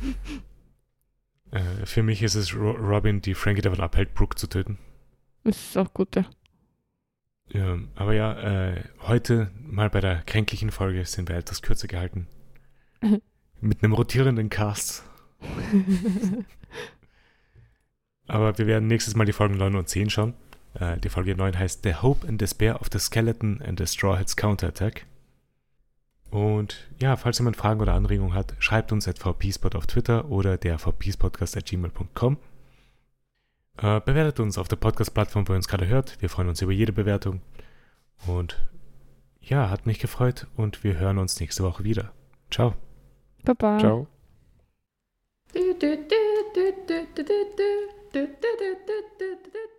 Für mich ist es Robin, die Frankie davon abhält, Brooke zu töten. Das ist auch gut, ja. Ja, aber ja, heute mal bei der kränklichen Folge sind wir etwas kürzer gehalten. Mit einem rotierenden Cast. Aber wir werden nächstes Mal die Folgen 9 und 10 schauen. Die Folge 9 heißt The Hope and Despair of the Skeleton and the Straw Hats Counterattack. Und ja, falls jemand Fragen oder Anregungen hat, schreibt uns at vpspot auf Twitter oder der vpspodcast@gmail.com. Bewertet uns auf der Podcast-Plattform, wo ihr uns gerade hört. Wir freuen uns über jede Bewertung. Und ja, hat mich gefreut und wir hören uns nächste Woche wieder. Ciao. Baba. Ciao. Du, du, du, du, du, du, du, du, du, du, du, du, du, du.